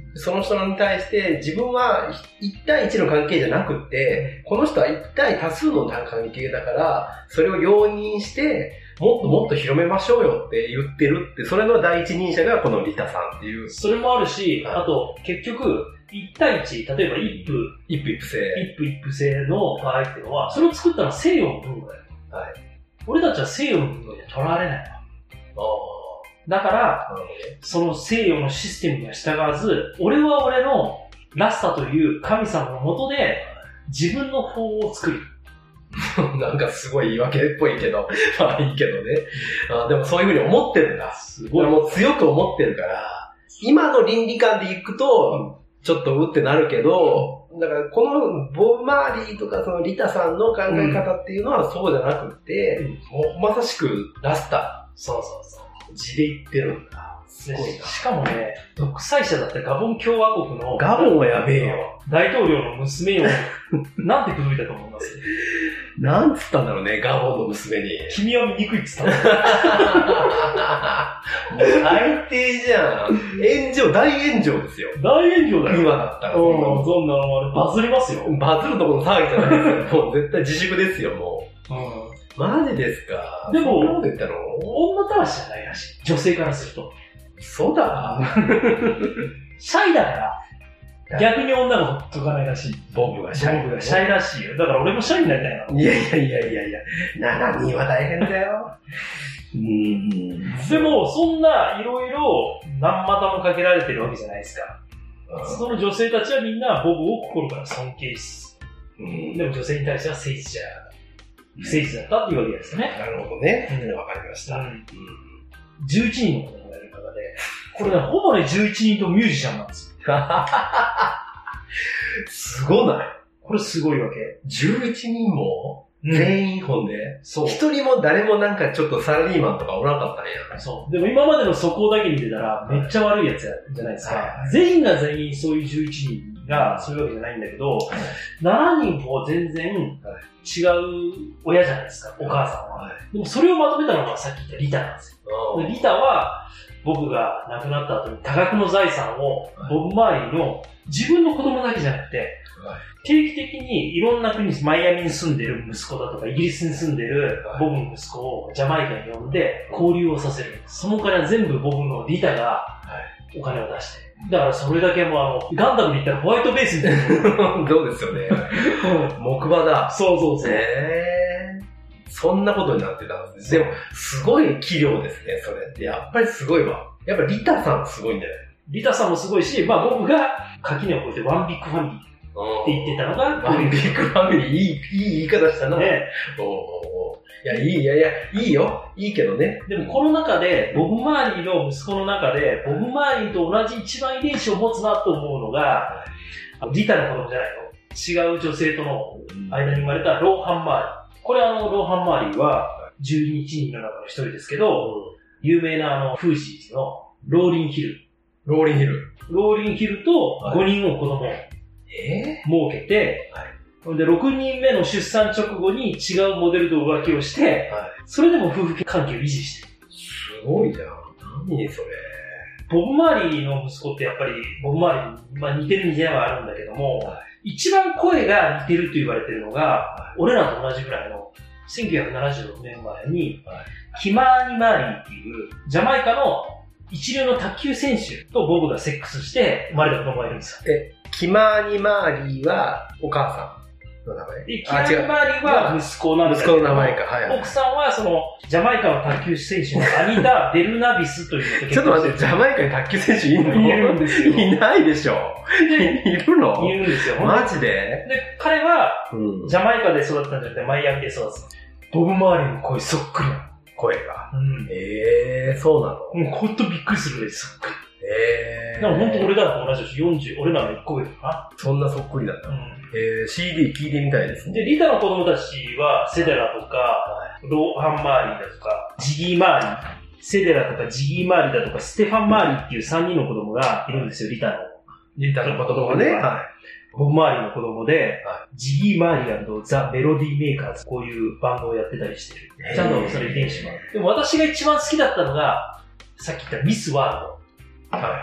その人に対して自分はいち対いちの関係じゃなくって、この人はいち対多数の関係だから、それを容認して、もっともっと広めましょうよって言ってるって、それの第一人者がこのリタさんっていう。 それもあるし、あと結局、いち対いち、例えば一夫、 一夫一夫制。 一夫一夫制の場合っていうのは、それを作ったのは西洋の文化だよ。はい。俺たちは西洋の文化にとらわれないの。だから、その西洋のシステムには従わず、俺は俺のラスタという神様の下で自分の法を作る。 なんかすごい言い訳っぽいけど、まあいいけどね。あでもそういうふうに思ってるんだ。すごい。もう強く思ってるから、今の倫理観でいくと、ちょっとうってなるけど、だからこのボブ・マーリーとかそのリタさんの考え方っていうのはそうじゃなくて、うん、もうまさしくラスタ。そうそうそう。字で言ってるんだ。すごいな。しかもね、独裁者だったガボン共和国のガボンはやべえよ。 大統領の娘をなんて口説いたと思いますなんつったんだろうね、ガボンの娘に。 君は醜いっつったの。 最低じゃん。炎上、大炎上ですよ。 大炎上だよ。 今だったら。 うん、そんなのあれバズりますよ。 バズるところの騒ぎじゃないですよ。もう絶対自粛ですよ、もう。うんマジですか。 でも、 どう言ったの？ 女たらしじゃないらしい。女性からすると。 そうだ。 シャイだから、逆に女がほっとかないらしい。 ボブがシャイ。 ボブがシャイらしいよ。だから俺もシャイになりたいな。 いやいやいやいやいや、ななにんは大変だよ。 うんでも、そんないろいろ何股もかけられてるわけじゃないですか。その女性たちはみんなボブを心から尊敬し、うん、でも女性に対しては誠実じゃ不誠実だったっていうわけですよね。 なるほどね。うん、わかりました。うん、 じゅういちにんの子供がいる方で、これね、ほぼね、じゅういちにんとミュージシャンなんですよ。 すごない？ これすごいわけ。 じゅういちにんも、うん、全員本でそう。 一人も誰もなんかちょっとサラリーマンとかおらなかったんや。 そう。でも今までの素行だけ見てたら、めっちゃ悪いやつじゃないですか。はい、全員が全員そういうじゅういちにんがそういうわけじゃないんだけど、はい、しちにんも全然、はい違う親じゃないですか、お母さんは。はい、でもそれをまとめたのがさっき言ったリタなんですよ。リタは僕が亡くなった後に多額の財産をボブ周りの自分の子供だけじゃなくて、はい、定期的にいろんな国、マイアミに住んでる息子だとかイギリスに住んでるボブの息子をジャマイカに呼んで交流をさせる。その金は全部ボブのリタがお金を出して。だからそれだけもうあの、ガンダムで言ったらホワイトベースみたいな。 どうですよね。木馬だ。 そうそうそう。 へー。そんなことになってたんですね。でも、すごい器量ですね、それって。やっぱりすごいわ。やっぱリタさんすごいんじゃない？ リタさんもすごいし、まあ僕が垣根を越えてワンビッグファミリーって言ってたのが、 ワンビッグファミリー、いい、いい言い方したな。ね。おーおーいや、いい、いやいや、いいよ。いいけどね。 でもこの中で、ボブ・マーリーの息子の中で、ボブ・マーリーと同じ一番遺伝子を持つなと思うのが、リタの子供じゃないの。違う女性との間に生まれたローハン・マーリー。これあの、ローハン・マーリーは、じゅうににんの中の一人ですけど、有名なあの、フージーズのローリン・ヒル。 ローリン・ヒル。 ローリン・ヒルとごにんの子供を設けて、はいで、ろくにんめの出産直後に違うモデルと浮気をして、はい、それでも夫婦関係を維持してる。 すごいじゃん。何それ。 ボブ・マーリーの息子ってやっぱり、ボブ・マーリーに、まあ、似てる似てないはあるんだけども、はい、一番声が似てると言われてるのが、はい、俺らと同じぐらいのせんきゅうひゃくななじゅうろくねんまえに、はい、キマーニ・マーリーっていうジャマイカの一流の卓球選手とボブがセックスして生まれた子供がいるんですよ。 え、キマーニ・マーリーはお母さんの名前？ キマーニ・マーリーは息子なんだけど、 息子の名前か、はいはい、 奥さんはそのジャマイカの卓球選手のアニタ・ベルナビスというちょっと待って、ジャマイカに卓球選手いるの？ いるんですよ。 いないでしょ。いるの？ いるんですよ。 マジで？ で、彼は、うん、ジャマイカで育ったんじゃなくてマイアミで育つ。ボブ・マーリーの声そっくりなの。 声が。うん、ええー、そうなの？ もうほんとびっくりするぐらいそっくり。 ええー。 でもほんと俺らと同じだし、よんじゅう、俺らのいっこ上かな。 そんなそっくりだった。うん、えー、シーディー 聞いてみたいですね。 で、リタの子供たちは、セデラとか、はい、ローハン・マーリーだとか、ジギー・マーリー、セデラとかジギー・マーリーだとか、ステファン・マーリーっていうさんにんの子供がいるんですよ、リタの。 リタの子供ね。はい。 ボブ・マーリーの子供で、はい、ジギー・マーリー&ザ・メロディー・メーカーズ、こういうバンドをやってたりしてる。ちゃんとそれ遺伝子もある。でも私が一番好きだったのが、さっき言ったミス・ワールド。はいはいはい。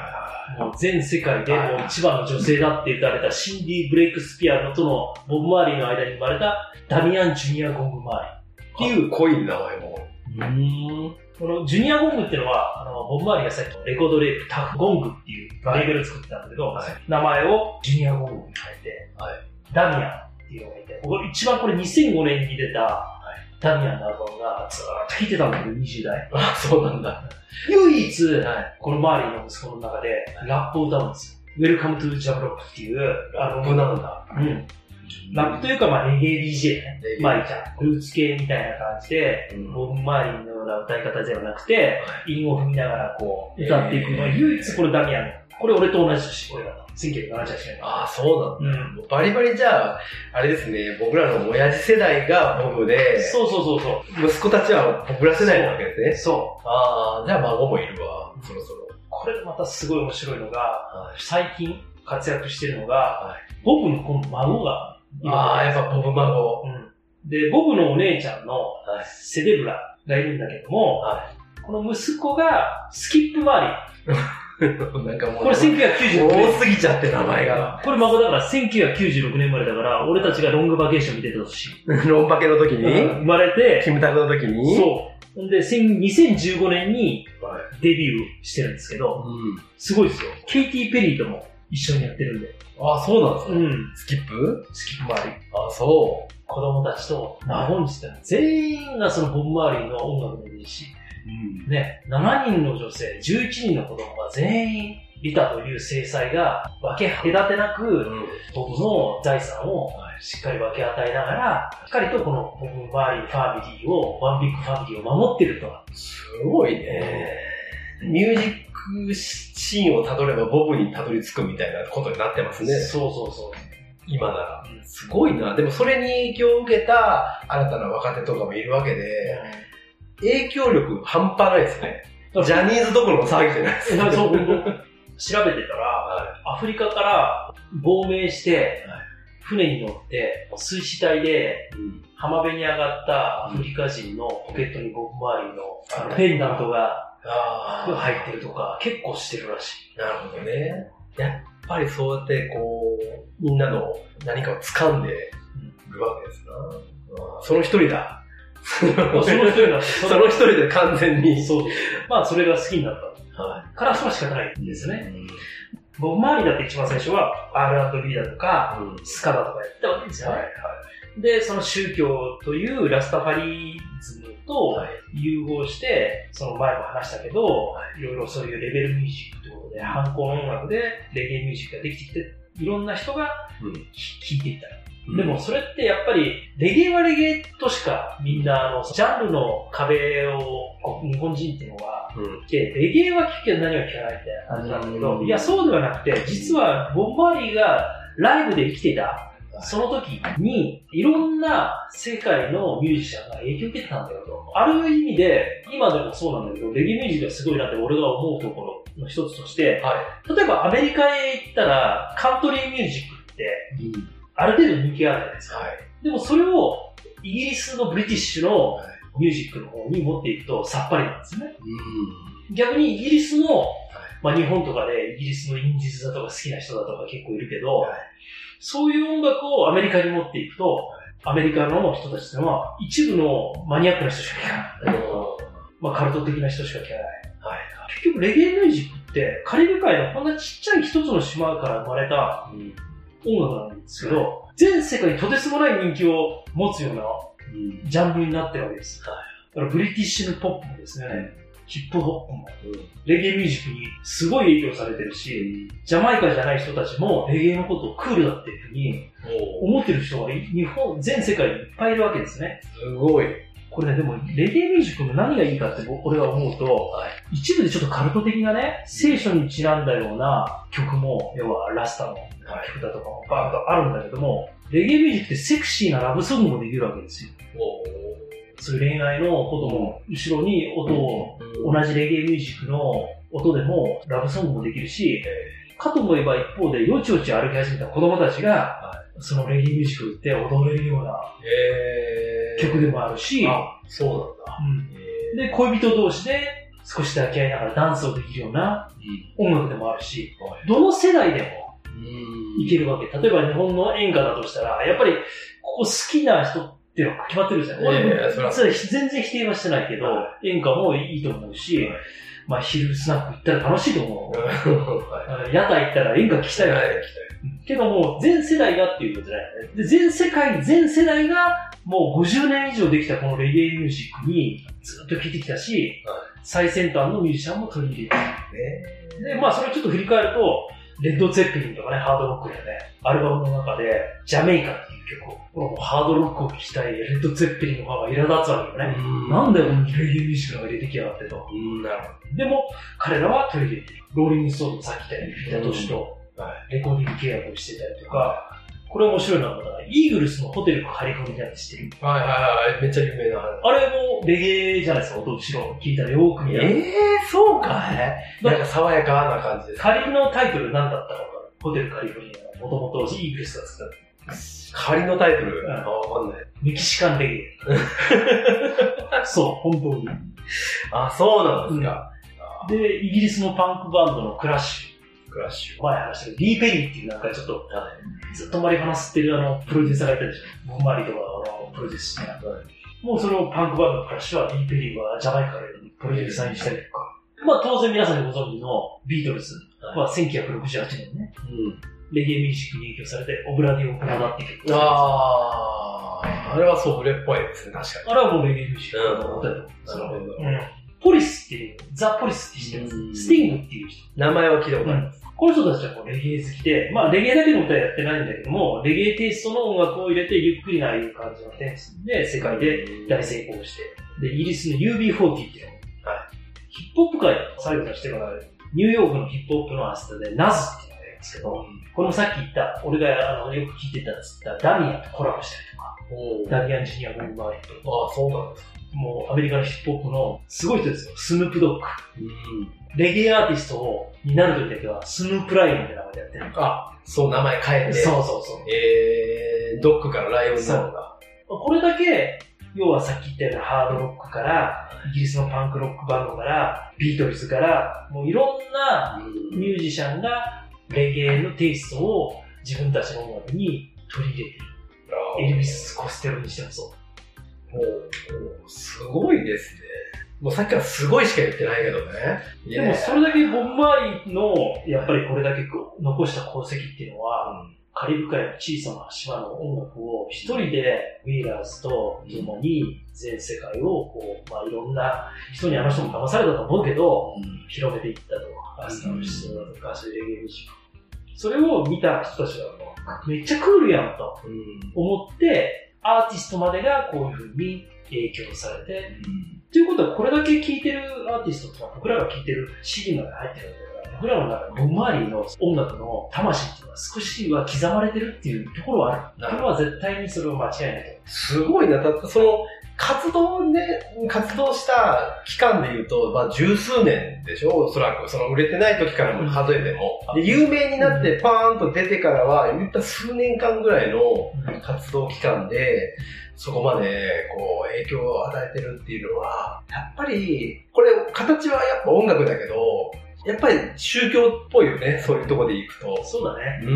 もう全世界でもう一番の女性だって言われたシンディ・ブレイクスピアーとのボブ・マーリーの間に生まれたダミアン・ジュニア・ゴング・マーリーっていう。 かっこいい名前も。 うーん。このジュニアゴングっていうのは、あの、ボブ・マーリーがさっきレコードレープ、タフゴングっていうレーベルを作ってたんだけど、はい、名前をジュニアゴングに変えて、はい、ダミアンっていうのがいて、僕一番これにせんごねんに出た、はい、ダミアンのアルバムがずーっと聴いてたんだけど、にじゅう代。 あ、そうなんだ。 唯一、はい、このマーリーの息子の中で、ラップを歌うんですよ。Welcome to Jamrock っていうアルバムなんだ。うん。ラップというか、まあ、レゲエ ディージェー ね。まあ、いた。ルーツ系みたいな感じで、うん、ボブ・マーリーのような歌い方ではなくて、韻を踏みながらこう、歌っていくのは唯一これダミアン。これ俺と同じ年、これが。せんきゅうひゃくななじゅうはちねん。 ああ、そうなんだ。うん。バリバリじゃあ、あれですね、僕らの親父世代がボブで、 そうそうそうそう。 息子たちは僕ら世代なわけですね。 そう。 ああ、じゃあ孫もいるわ、そろそろ。 これまたすごい面白いのが、はい、最近活躍してるのが、はい、ボブのこの孫が、 ああ、やっぱボブ孫。 うん。で、ボブのお姉ちゃんのセレブラがいるんだけども、はい、この息子がスキップマーリー。なんかもうこれせんきゅうひゃくきゅうじゅうろくねん。 多すぎちゃって名前が。 これ孫だからせんきゅうひゃくきゅうじゅうろくねん生まれだから、俺たちがロングバケーション見てた年。 ロンバケの時に、うん、 生まれて、 キムタクの時に。 そう。んで、にせんじゅうごねんにデビューしてるんですけど、うん、すごいですよ。ケイティ・ペリーとも一緒にやってるんで。 ああ、そうなんですか。 うん。 スキップスキップ周り。 ああ、そう。 子供たちと孫にして全員がそのボブ周りの音楽のいいし、うん、ね、ななにんの女性、じゅういちにんの子供が全員、リタという正妻が分け隔てなく、うん、ボブの財産をしっかり分け与えながら、しっかりとこのボブ周りファミリーを、ワンビッグファミリーを守ってると。 すごいね。ミュージックシーンをたどればボブにたどり着くみたいなことになってますね。 そうそうそう。 今なら。すごいな。でもそれに影響を受けた新たな若手とかもいるわけで、うん、影響力半端ないですね。ジャニーズどころの騒ぎじゃないですか。 そう調べてたら、はい、アフリカから亡命して、はい、船に乗って水死体で、うん、浜辺に上がったアフリカ人のポケットにボブ周りの、あのペンダントが入ってるとか結構してるらしい。 なるほどね。やっぱりそうやってこうみんなの何かを掴んでるわけですな。うん、その一人だ。 その一人だ。 その一人で完全に。 そうです。まあそれが好きになった。はい、からそれは仕方ないんですね。うん、ボブ周りだって一番最初は アールアンドビー だとか、うん、スカだとかやったわけですよね。はいはい、で、その宗教というラスタファリズムと融合して、その前も話したけど、はい、いろいろそういうレベルミュージックということで、反抗音楽でレゲエミュージックができてきて、いろんな人が聴、うん、いていった。でもそれってやっぱりレゲエはレゲエとしかみんなあのジャンルの壁を日本人っていうのは、うん、でレゲエは聴くけど何は聴かないって感じなんだけど、うん、いやそうではなくて実はボブ・マーリーがライブで生きていたその時にいろんな世界のミュージシャンが影響を受けてたんだよと。ある意味で今でもそうなんだけどレゲエミュージックがすごいなって俺が思うところの一つとして、はい、例えばアメリカへ行ったらカントリーミュージックって、うんある程度人気があるじゃないですか。はい、でもそれをイギリスのブリティッシュのミュージックの方に持っていくとさっぱりなんですね。うん、逆にイギリスの、はい、まあ日本とかでイギリスのインディーズだとか好きな人だとか結構いるけど、はい、そういう音楽をアメリカに持っていくと、はい、アメリカの人たちってのは一部のマニアックな人しか聴かない。まあカルト的な人しか聴かない。はい、結局レゲエミュージックってカリブ海のこんなちっちゃい一つの島から生まれた、うん音楽なんですけど、はい、全世界にとてつもない人気を持つようなジャンルになってるわけです。はい、だからブリティッシュのポップもですね、うん、ヒップホップも、うん、レゲエミュージックにすごい影響されてるし、ジャマイカじゃない人たちもレゲエのことをクールだっていうふうに思ってる人が日本、全世界にいっぱいいるわけですね。 すごい。 これね、でもレゲエミュージックの何がいいかって俺は思うと、はい、一部でちょっとカルト的なね、聖書にちなんだような曲も、要はラスタの曲だとかもバーッとあるんだけども、レゲエミュージックってセクシーなラブソングもできるわけですよ。そういう恋愛のことも、後ろに音を、同じレゲエミュージックの音でもラブソングもできるし、かと思えば一方でよちよち歩き始めた子供たちが、そのレゲエミュージックって踊れるような曲でもあるし、 あ、そうなんだ。 うん、で、恋人同士で少し抱き合いながらダンスをできるような音楽でもあるし、どの世代でもいけるわけ。例えば日本の演歌だとしたら、やっぱりここ好きな人っていうのが決まってるじゃん。俺も全然否定はしてないけど、演歌もいいと思うし、まあ昼スナック行ったら楽しいと思う。屋台行ったら演歌聴きたいわけ。けども、全世代がっていうことじゃない。で、全世界、全世代がもうごじゅうねん以上できたこのレゲエミュージックにずっと聴いてきたし、最先端のミュージシャンも取り入れてる。で、まあそれをちょっと振り返ると、レッド・ゼッペリンとかね、ハードロックだよね。アルバムの中で、ジャメイカっていう曲を、このハードロックを聴きたいレッド・ゼッペリンのファンが苛立つわけよね。なんでこのレゲエミュージックなんか入れてきやがってと。なるほど。でも、彼らは取り入れてる。ローリング・ストーンのさっき言ったように、フィタトシとレコーディング契約をしてたりとか、これ面白いなと思ったら、イーグルスのホテルカリフォルニアって知ってる？ はいはいはい、めっちゃ有名な。 あれもレゲエじゃないですか、音後ろ聞いたらよーく見たら。 えー、そうかい？なんか爽やかな感じです。 仮のタイトル何だったのか。ホテルカリフォルニアのもともとイーグルスが作った。 仮のタイトル、うん、あわかんない。 メキシカンレゲエ。そう、本当に。 あ、そうなんですか。 うん、で、イギリスのパンクバンドのクラッシュ。 クラッシュ。 前話したけど、リー・ペリーっていうなんかちょっと、ずっとマリファナ吸ってるあの、プロデューサーがいたでしょ。ボンマリとかあの、プロデュースしてた。もうそのパンクバンドのクラッシュは、リー・ペリーはジャマイカでプロデューサーにしたりとか。まあ当然皆さんご存知のビートルズはせんきゅうひゃくろくじゅうはちねんね。うん。レゲエミュージックに影響されて、オブラディオ・コナダって曲。 あー、あれはソフレっぽいですね、確かに。 あれはもうレゲエミュージックのことだと思う。なるほど。うん。ポリスっていう、ザ・ポリスって知ってます。スティングっていう人。 名前は聞いたことあります。 この人たちはこうレゲエ好きで、まあレゲエだけの歌はやってないんだけども、レゲエテイストの音楽を入れてゆっくりないう感じのテンスで世界で大成功して、で、イギリスの ユービーフォーティー っていうの。はい。ヒップホップ界最後にしてからニューヨークのヒップホップのアーティストでナズっていうのがいるんですけど、うん、これもさっき言った、俺があのよく聞いてたんですが、ダミアンとコラボしたりとか、ダミアンジュニア・ボンバーリット。 ああ、そうなんですか。 もうアメリカのヒップホップのすごい人ですよ。スヌープドッグ。うん、レゲエアーティストをになるときだけはスヌープライオンって名前でやってる。 あ、そう、名前変えて。 そうそうそう。 えー、ドッグからライオンになるんだ。 これだけ、要はさっき言ったようなハードロックから、イギリスのパンクロックバンドから、ビートルズから、もういろんなミュージシャンがレゲエのテイストを自分たちの音楽に取り入れてる。エルビス・コステロにしてもそう。 おお、すごいですね。もうさっきからすごいしか言ってないけどね。 でもそれだけボンマーリーの、やっぱりこれだけ残した功績っていうのは、うん、カリブ海の小さな島の音楽を一人でウィーラーズと共に全世界をこう、まあいろんな人にあの人も騙されたと思うけど、うん、広めていったと。アスタの思想だとか、そういうレゲエミュージック。それを見た人たちがめっちゃクールやんと思って、アーティストまでがこういう風に影響されて、うん、ということはこれだけ聴いてるアーティストとか僕らが聴いてる シーディー まで入ってるわけだから、僕らの中でボンマーリーの音楽の魂っていうのは少しは刻まれてるっていうところはある。これは絶対にそれを間違いないと。 すごいな。だってその活動で、活動した期間で言うと、まあ十数年でしょ、おそらく。その売れてない時からも数えても。うん、で、有名になってパーンと出てからは、言った数年間ぐらいの活動期間で、そこまでこう影響を与えてるっていうのは、やっぱり、これ形はやっぱ音楽だけど、やっぱり宗教っぽいよね、そういうところで行くと。 そうだね。うん。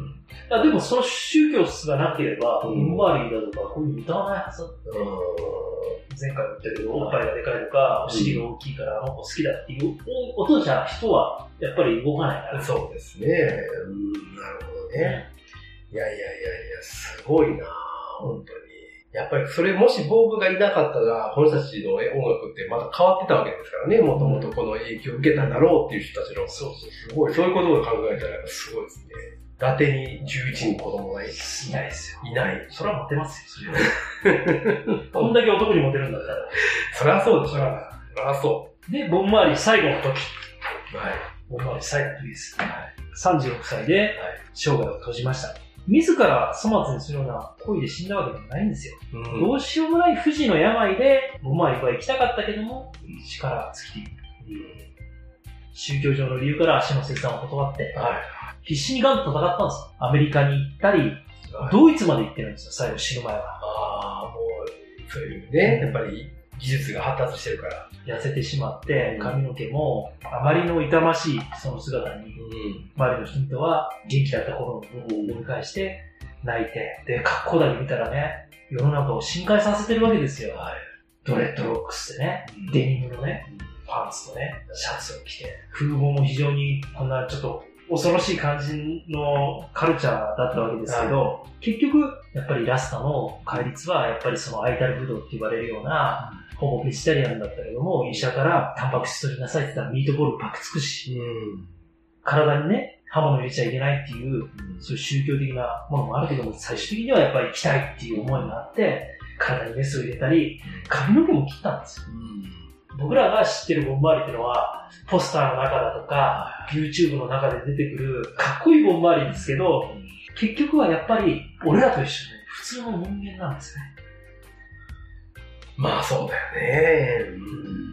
でもその宗教がなければ、ボンマーリーだとか、こういう歌わないはずだって。前回も言ったけど、おっぱいがでかいとか、お尻が大きいから、あの子好きだっていう音じゃ人は、やっぱり動かないから。 そうですね。うん、なるほどね。いやいやいやいや、すごいな本当に。やっぱりそれもし僕がいなかったら、この人たちの音楽ってまた変わってたわけですからね。もともとこの影響を受けたんだろうっていう人たちの。そうそう、すごい。そういうことを考えたらすごいですね。伊達にじゅういちにん子供がいないですよ。 いない。 それはモテますよ、それは。こんだけ男にモテるんだったら。 そりゃそうでしょ。そりゃそう。 で、ボンマーリー最後の時。はい。ボンマーリー最後の時です。はい。さんじゅうろくさいで生涯を閉じました。自ら粗末にするような恋で死んだわけでもないんですよ。うん、どうしようもない不治の病で、ボンマーリーは行きたかったけども、力尽きている。うん、宗教上の理由から足の切断を断って、はい、必死にガンと戦ったんですよ。アメリカに行ったり、はい、ドイツまで行ってるんですよ、最後死ぬ前は。 ああ、もう、そういうね、やっぱり、 技術が発達してるから。 痩せてしまって、髪の毛もあまりの痛ましいその姿に、周りの人々は元気だった頃を思い返して泣いて、で、格好だけ見たらね、世の中を深海させてるわけですよ。はい、ドレッドロックスってね、うん、デニムのね、パンツとね、シャツを着て、風貌も非常にこんなちょっと恐ろしい感じのカルチャーだったわけですけど、はい、結局、やっぱりラスタの戒律は、やっぱりそのアイタルブドウって言われるような、うん、ほぼベジタリアンだったけども、医者からタンパク質取りなさいって言ったらミートボールパクつくし、うん、体にね、刃物入れちゃいけないっていう、うん、そういう宗教的なものもあるけども、最終的にはやっぱり生きたいっていう思いがあって、体にメスを入れたり、髪の毛も切ったんですよ。うん、僕らが知ってるボンバーリーっていうのは、ポスターの中だとか、YouTube の中で出てくるかっこいいボンバーリーですけど、結局はやっぱり俺らと一緒に普通の人間なんですね。 まあそうだよね。うん、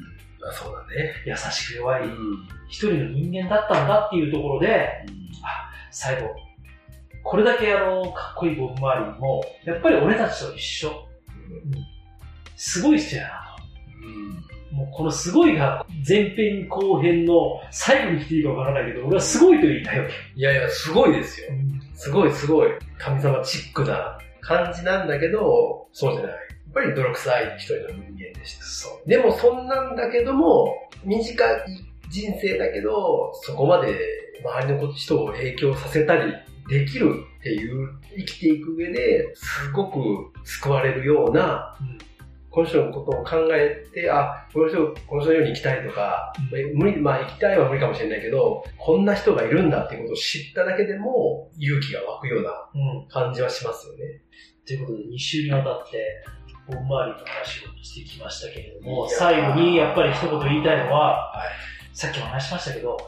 まあそうだね。 優しく弱い、うん、一人の人間だったんだっていうところで、うん、あ、最後、これだけあの、かっこいいボンバーリーも、やっぱり俺たちと一緒。うん、すごい人やなと。うん、もうこのすごいが前編後編の最後に来ていいかわからないけど、俺はすごいと言いたいわけ。 いやいや、すごいですよ。うん、すごいすごい。神様チックな感じなんだけど、そうじゃない。やっぱり泥臭い一人の人間でした。そう。でもそんなんだけども、短い人生だけど、そこまで周りの人を影響させたりできるっていう、生きていく上ですごく救われるような、うん、この人のことを考えて、あ、この人、この人のように生きたいとか、うん、無理、まあ生きたいは無理かもしれないけど、こんな人がいるんだっていうことを知っただけでも勇気が湧くような感じはしますよね。 うん、ということでに週にわたって、ボンバーリーの話をしてきましたけれども、最後にやっぱり一言言いたいのは、はい、さっきも話しましたけど、はい、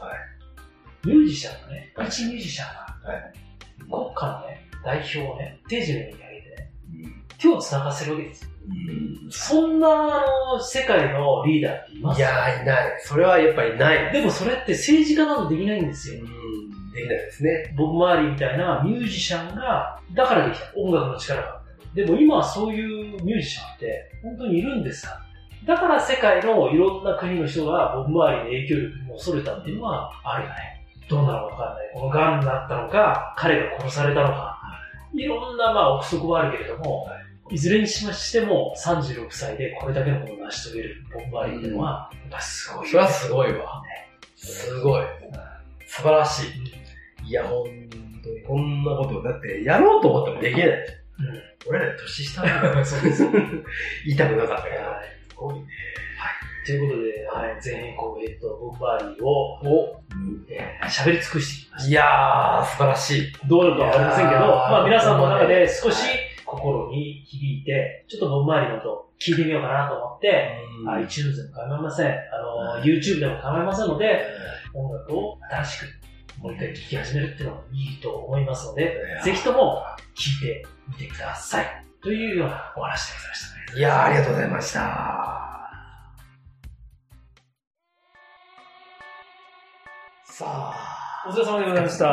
ミュージシャンがね、一ミュージシャンが、はい、国家のね、代表をね、定時のように上げてね、うん、手を繋がせるわけですよ。うん、そんなあの世界のリーダーっていますか？ いやー、いない。それはやっぱりない。 でもそれって政治家などできないんですよ。うん、 できないですね。 ボブ・マーリーみたいなミュージシャンが、だからできた。音楽の力が。でも今はそういうミュージシャンって本当にいるんですか？だから世界のいろんな国の人がボブ・マーリーの影響力に恐れたっていうのはあるよね。どうなのかわかんない。この癌になったのか、彼が殺されたのか、いろんなまあ憶測はあるけれども、いずれにしましてもさんじゅうろくさいでこれだけのことを成し遂げるボブ・マーリーっていうのは、やっぱすごい。 それはすごいわ。すごい。素晴らしい。いや、本当にこんなことだってやろうと思ってもできない。うん、俺ら年下なんだよ。そうです。言いたくなかったけど。すごいね。 はい。ということで、はい、前編後編とボンバーリーを、を、えー、喋り尽くしてきました。 いやー、素晴らしい。 どうなるかわかりませんけど、まあ皆さんの中で少し心に響いて、ちょっとボンバーリーのこと聞いてみようかなと思って、iTunes でも構いません。あの、YouTube でも構いませんので、音楽を新しくもう一回聴き始めるっていうのがいいと思いますので、ぜひとも聴いてみてください。というようなお話でございましたね。 いやー、ありがとうございました。さあ、 お疲れ様でございました。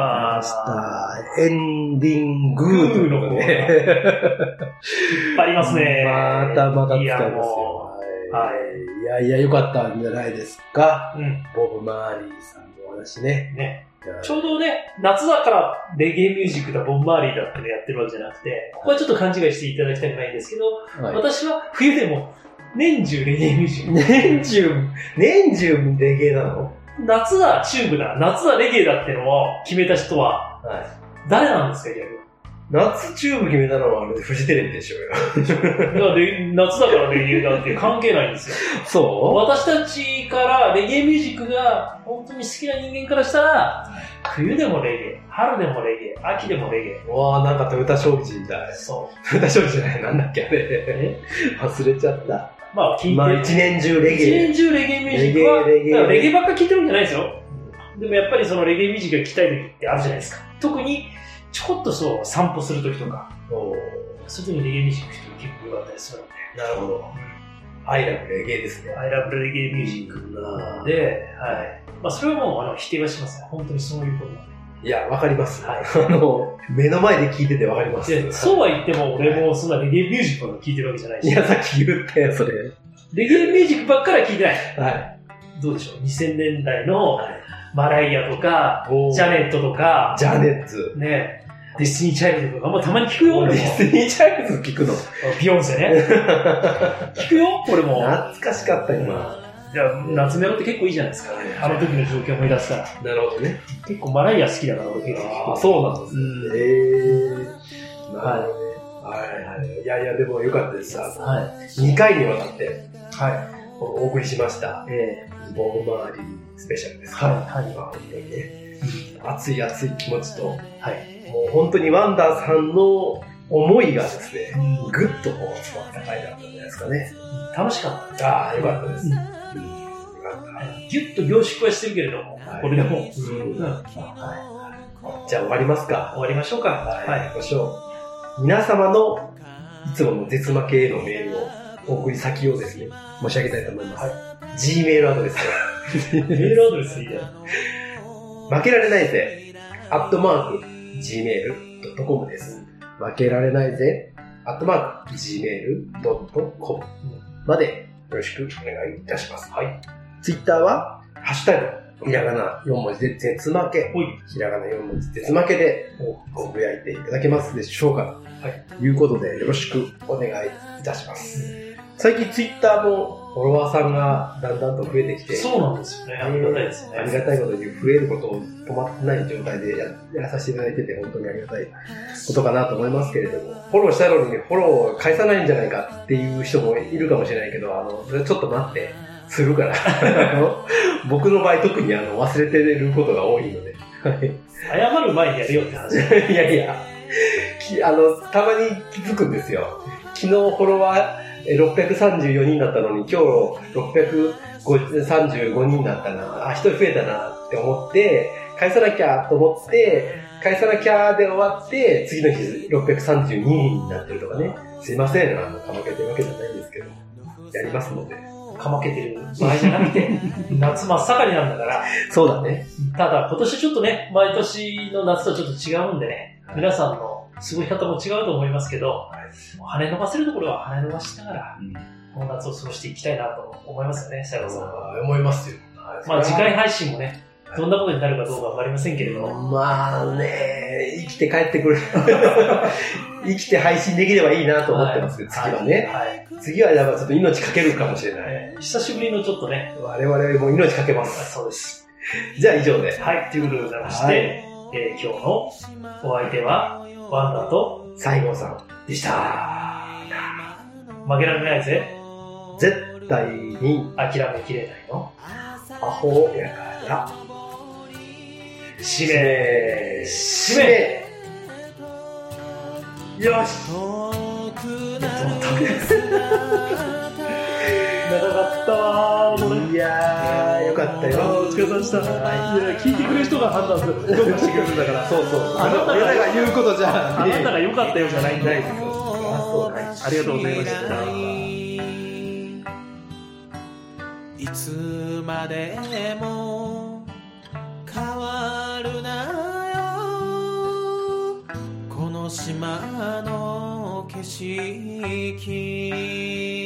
エンディングのコーナー。引っ張りますね。 またまた使いますよ。はい。いやいや、よかったんじゃないですか。うん、ボブ・マーリーさんのお話ね。 ね。ちょうどね、夏だからレゲエミュージックだ、ボンバーリーだってのやってるわけじゃなくて、ここはちょっと勘違いしていただきたくないんですけど、はい、私は冬でも年中レゲエミュージック。 年中、年中レゲエなの？ 夏だ、チューブだ、夏だ、レゲエだってのを決めた人は、はい、誰なんですか、逆に。 夏チューブ決めたのはあれフジテレビでしょうよ。 だで夏だからレゲエだって関係ないんですよ。 そう？ 私たちからレゲエミュージックが本当に好きな人間からしたら、冬でもレゲエ、春でもレゲエ、秋でもレゲエ。 わー、なんかトヨタ商事みたい。 そう。 トヨタ商事じゃない、なんだっけあれ。え忘れちゃった。 まあ聞いて。 まあ一年中レゲエ。 一年中レゲエミュージックは、レゲエ、レゲエ。レゲエばっか聞いてるんじゃないですよ。でもやっぱりそのレゲエミュージックが聞きたい時ってあるじゃないですか。特に、ちょこっとそう、散歩するときとか、そういうときにレゲエミュージックして結構良かったりするので。 なるほど。アイラブレゲエですね。 アイラブレゲエミュージックなので、はい。まあそれはもうあの否定はしません。本当にそういうことなんで。 いや、わかります。はい。あの、目の前で聞いててわかります。 そうは言っても、俺もそんなレゲエミュージックを聞いてるわけじゃないし。 いや、さっき言ったよ、それ。 レゲエミュージックばっかりは聞いてない。 はい。 どうでしょう ?にせんねんだいのマライアとか、ジャネットとか、 ジャネッツ。 ね、ディスティニーチャイルドとか、まあ、たまに聞くよ、俺も。 ディスティニーチャイルド聞くの。 ビヨンセね。聞くよ、俺も。 懐かしかった、今。 いや、夏メロって結構いいじゃないですか。あの時の状況思い出すから。 なるほどね。 結構マライア好きだから、俺結構。 あ、そうなんですね。 うん、 えー。なるほどね。はいはい。いやいや、でもよかったです。はい。にかいにわたって、はい。お送りしました。ええー。ボブ・マーリースペシャルです。はい。はい。まあ、本当にね、熱い熱い気持ちと、はい。もう本当にワンダーさんの思いがですね、ぐっとこう、詰まった回だったんじゃないですかね。 楽しかった。 ああ、よかったです。 ぎゅっと凝縮はしてるけれども、これでも。 じゃあ終わりますか。 終わりましょうか。 はい。終わりましょう。皆様のいつもの絶負けへのメールを、お送り先をですね、申し上げたいと思います。はい、Gmail アドレスで。 メールアドレスいいね。 負けられないぜ、アットマーク、ジーメールドットコム です。負けられないぜ、アットマーク、ジーメールドットコム までよろしくお願いいたします。はい。Twitter は、ハッシュタグ、ひらがなよんもじで絶負け。ひらがなよんもじ絶負けでごつぶやいていただけますでしょうか。はい。ということでよろしくお願いいたします。最近ツイッターもフォロワーさんがだんだんと増えてきて。 そうなんですよね。ありがたいですね。 ありがたいことに増えることを止まってない状態で や, やらさせていただいてて本当にありがたいことかなと思いますけれども、フォローしたのにフォローを返さないんじゃないかっていう人もいるかもしれないけど、あの、それちょっと待って、するから。僕の場合特にあの忘れてることが多いので。 謝る前にやるよって話。 いやいや、あの、たまに気づくんですよ。昨日フォロワーろっぴゃくさんじゅうよにんだったのに今日ろっぴゃくさんじゅうごにんだったな、あ、ひとり増えたなって思って、返さなきゃと思って、返さなきゃで終わって、次の日ろっぴゃくさんじゅうににんになってるとかね。すいません、あの、かまけてるわけじゃないんですけど、やりますので。 かまけてる場合じゃなくて、夏真っ盛りなんだから。 そうだね。 ただ今年ちょっとね、毎年の夏とちょっと違うんでね、皆さんの過ごし方も違うと思いますけど、羽伸ばせるところは羽伸ばしながら、うん、この夏を過ごしていきたいなと思いますよね、西郷さんは。 思いますよ。 まあ次回配信もね、どんなことになるかどうかわかりませんけれども。 まあね、生きて帰ってくる。生きて配信できればいいなと思ってますけど、はい、次はね。はい、次はやっぱちょっと命かけるかもしれない。 久しぶりのちょっとね。 我々も命かけます。 そうです。 じゃあ以上で。 はい、ということでございまして、はい、えー、今日のお相手は、ワンダーと西郷さんでした。負けられないぜ。 絶対に諦めきれないの。 アホやから。 使命使命よし長かったわー、 いやーよかったよ。 お疲れ様でした。いや、聞いてくれる人が判断する。評価してくれるんだから。 そうそう。 あなたが言うことじゃあなたが良かったよじゃないんだよ。 ありがとうございました。 いつまでも変わるなよこの島の景色